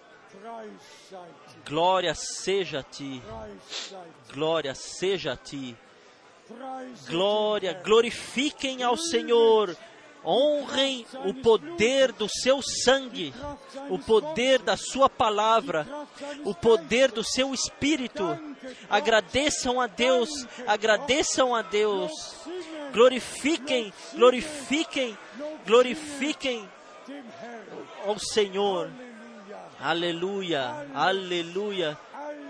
Glória seja a Ti, glória seja a Ti. Glória, glorifiquem ao Senhor. Honrem o poder do seu sangue, o poder da sua palavra, o poder do seu Espírito. Agradeçam a Deus, agradeçam a Deus. Glorifiquem, glorifiquem, glorifiquem ao Senhor. Aleluia, aleluia.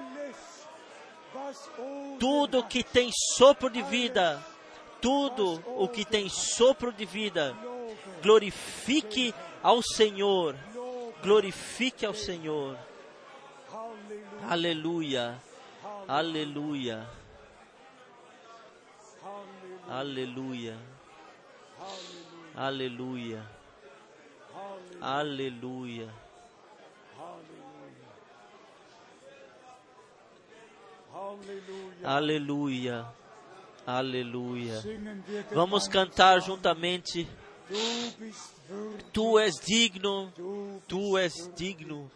Tudo que tem sopro de vida, tudo o que tem sopro de vida, glorifique ao Senhor, glorifique ao Senhor. Aleluia, aleluia, aleluia, aleluia, aleluia. Aleluia, aleluia. Vamos cantar juntamente. Tu és digno, Tu és digno.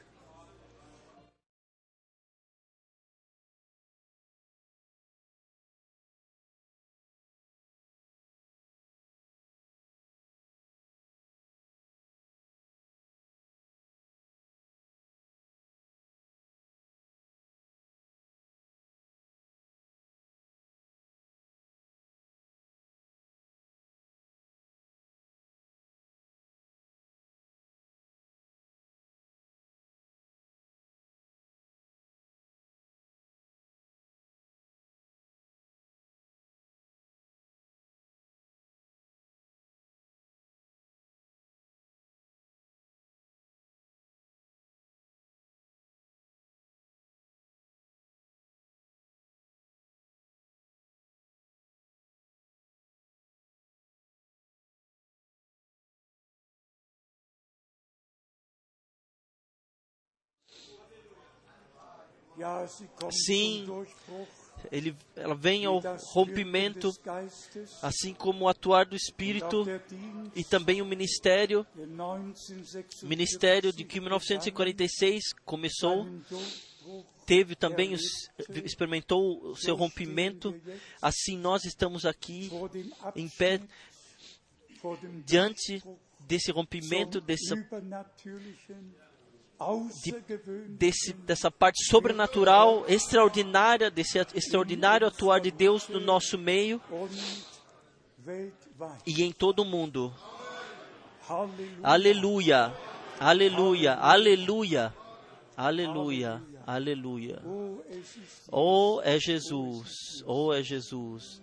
Sim, ela vem ao rompimento, assim como o atuar do Espírito e também o ministério de que em 1946 começou, teve também, experimentou o seu rompimento. Assim nós estamos aqui em pé diante desse rompimento, dessa parte sobrenatural, extraordinária, desse extraordinário atuar de Deus no nosso meio e em todo o mundo. Aleluia, aleluia, aleluia, aleluia, aleluia. Oh, é Jesus, oh, é Jesus.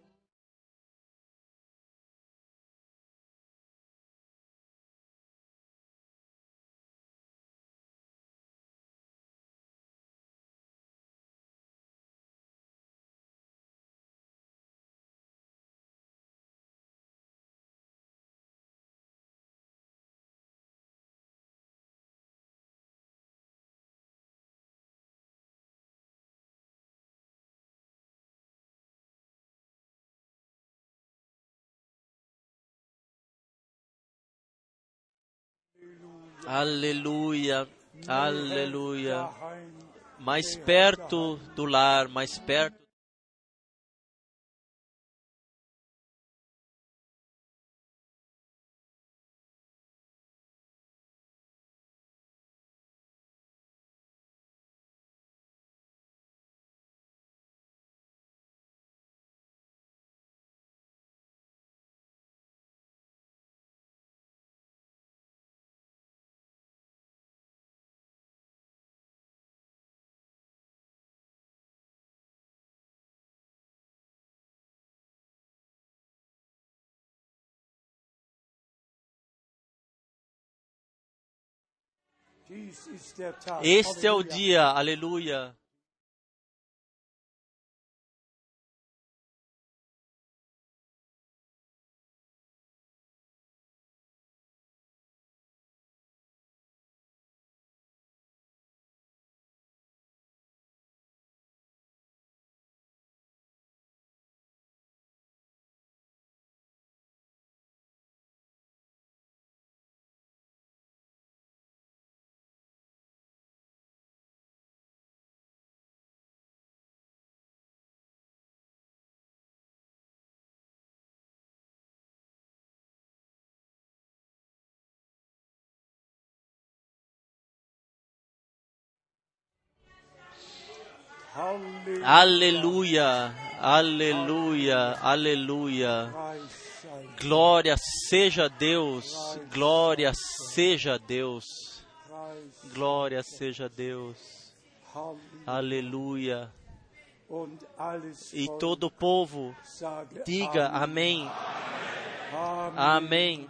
Aleluia, aleluia. Mais perto do lar, mais perto. Este é o dia, aleluia. Aleluia, aleluia, aleluia. Glória seja a Deus, glória seja a Deus, glória seja a Deus. Aleluia. E todo o povo diga amém. Amém.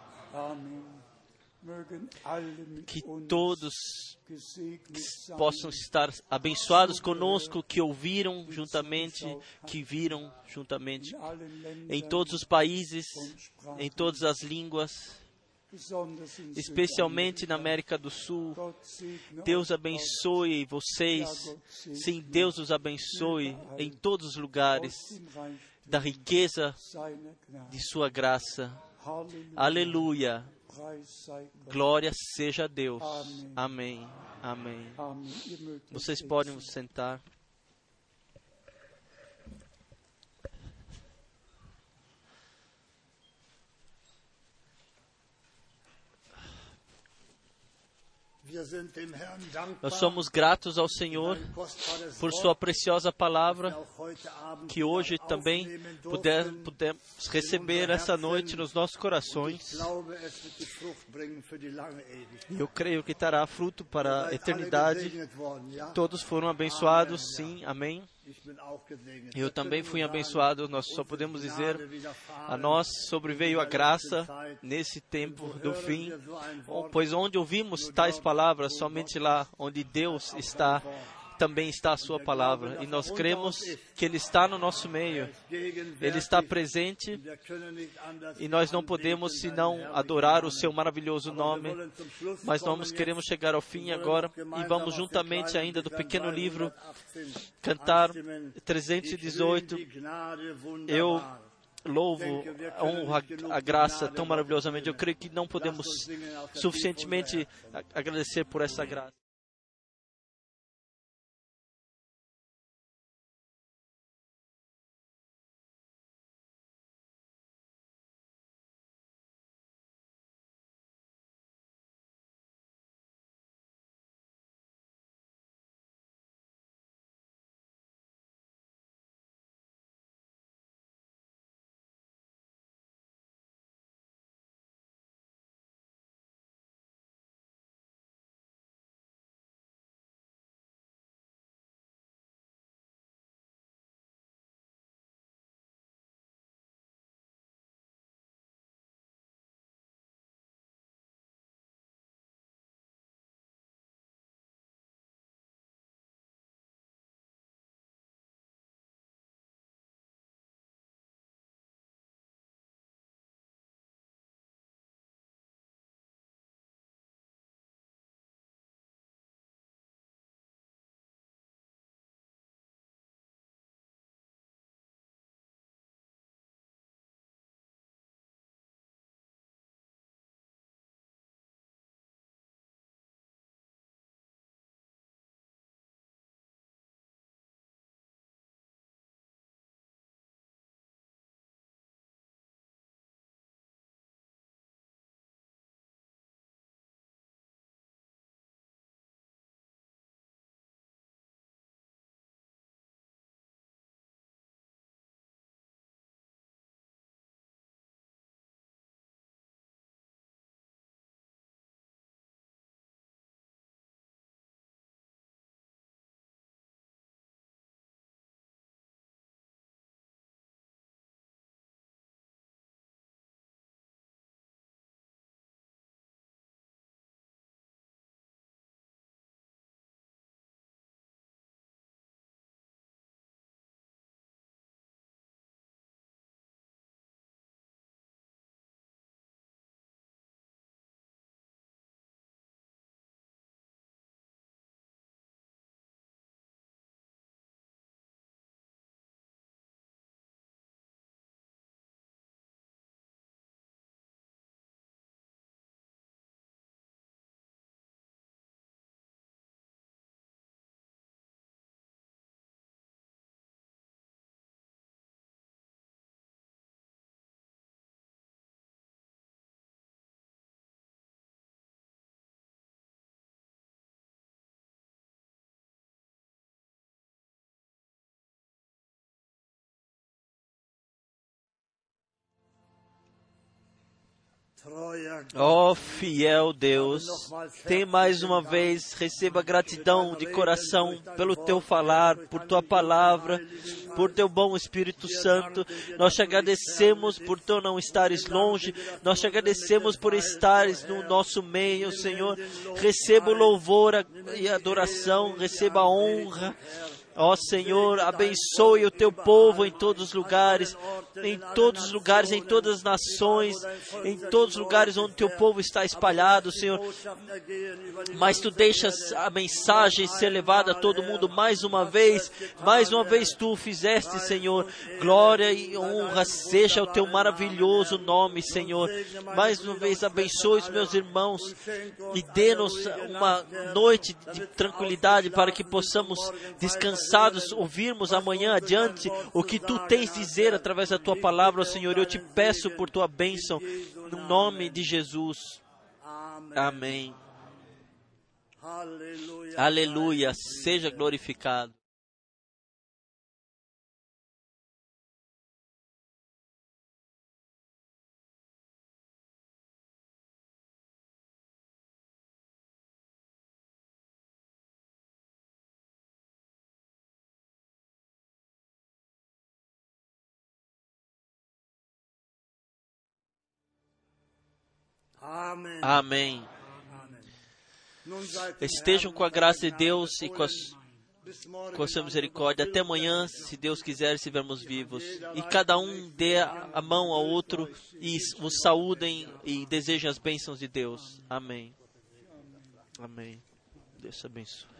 Que todos possam estar abençoados conosco, que ouviram juntamente, que viram juntamente, em todos os países, em todas as línguas, especialmente na América do Sul. Deus abençoe vocês, sim, Deus os abençoe em todos os lugares, da riqueza de sua graça. Aleluia. Glória seja a Deus. Amém. Amém. Vocês podem se sentar. Nós somos gratos ao Senhor por sua preciosa palavra, que hoje também podemos receber essa noite nos nossos corações. Eu creio que terá fruto para a eternidade. Todos foram abençoados, sim, amém. Eu também fui abençoado. Nós só podemos dizer, a nós sobreveio a graça nesse tempo do fim, pois onde ouvimos tais palavras, somente lá onde Deus está, também está a sua palavra. E nós cremos que Ele está no nosso meio. Ele está presente e nós não podemos senão adorar o seu maravilhoso nome. Mas nós queremos chegar ao fim agora e vamos juntamente ainda do pequeno livro cantar 318. Eu louvo, honro a graça tão maravilhosamente. Eu creio que não podemos suficientemente agradecer por essa graça. Ó fiel Deus, tem mais uma vez, receba gratidão de coração pelo teu falar, por tua palavra, por teu bom Espírito Santo. Nós te agradecemos por tu não estares longe, nós te agradecemos por estares no nosso meio, Senhor. Receba o louvor e a adoração, receba a honra. Ó Senhor, abençoe o teu povo em todos os lugares, em todas as nações, em todos os lugares onde o teu povo está espalhado, Senhor. Mas tu deixas a mensagem ser levada a todo mundo mais uma vez tu o fizeste, Senhor. Glória e honra seja o teu maravilhoso nome, Senhor. Mais uma vez abençoe os meus irmãos e dê-nos uma noite de tranquilidade para que possamos descansar, ouvirmos amanhã adiante o que tu tens a dizer através da tua palavra, Senhor. Eu te peço por tua bênção, no nome de Jesus. Amém. Aleluia. Seja glorificado. Amém. Estejam com a graça de Deus e com a sua misericórdia. Até amanhã, se Deus quiser, se estivermos vivos. E cada um dê a mão ao outro e os saúdem e desejem as bênçãos de Deus. Amém. Amém. Deus te abençoe.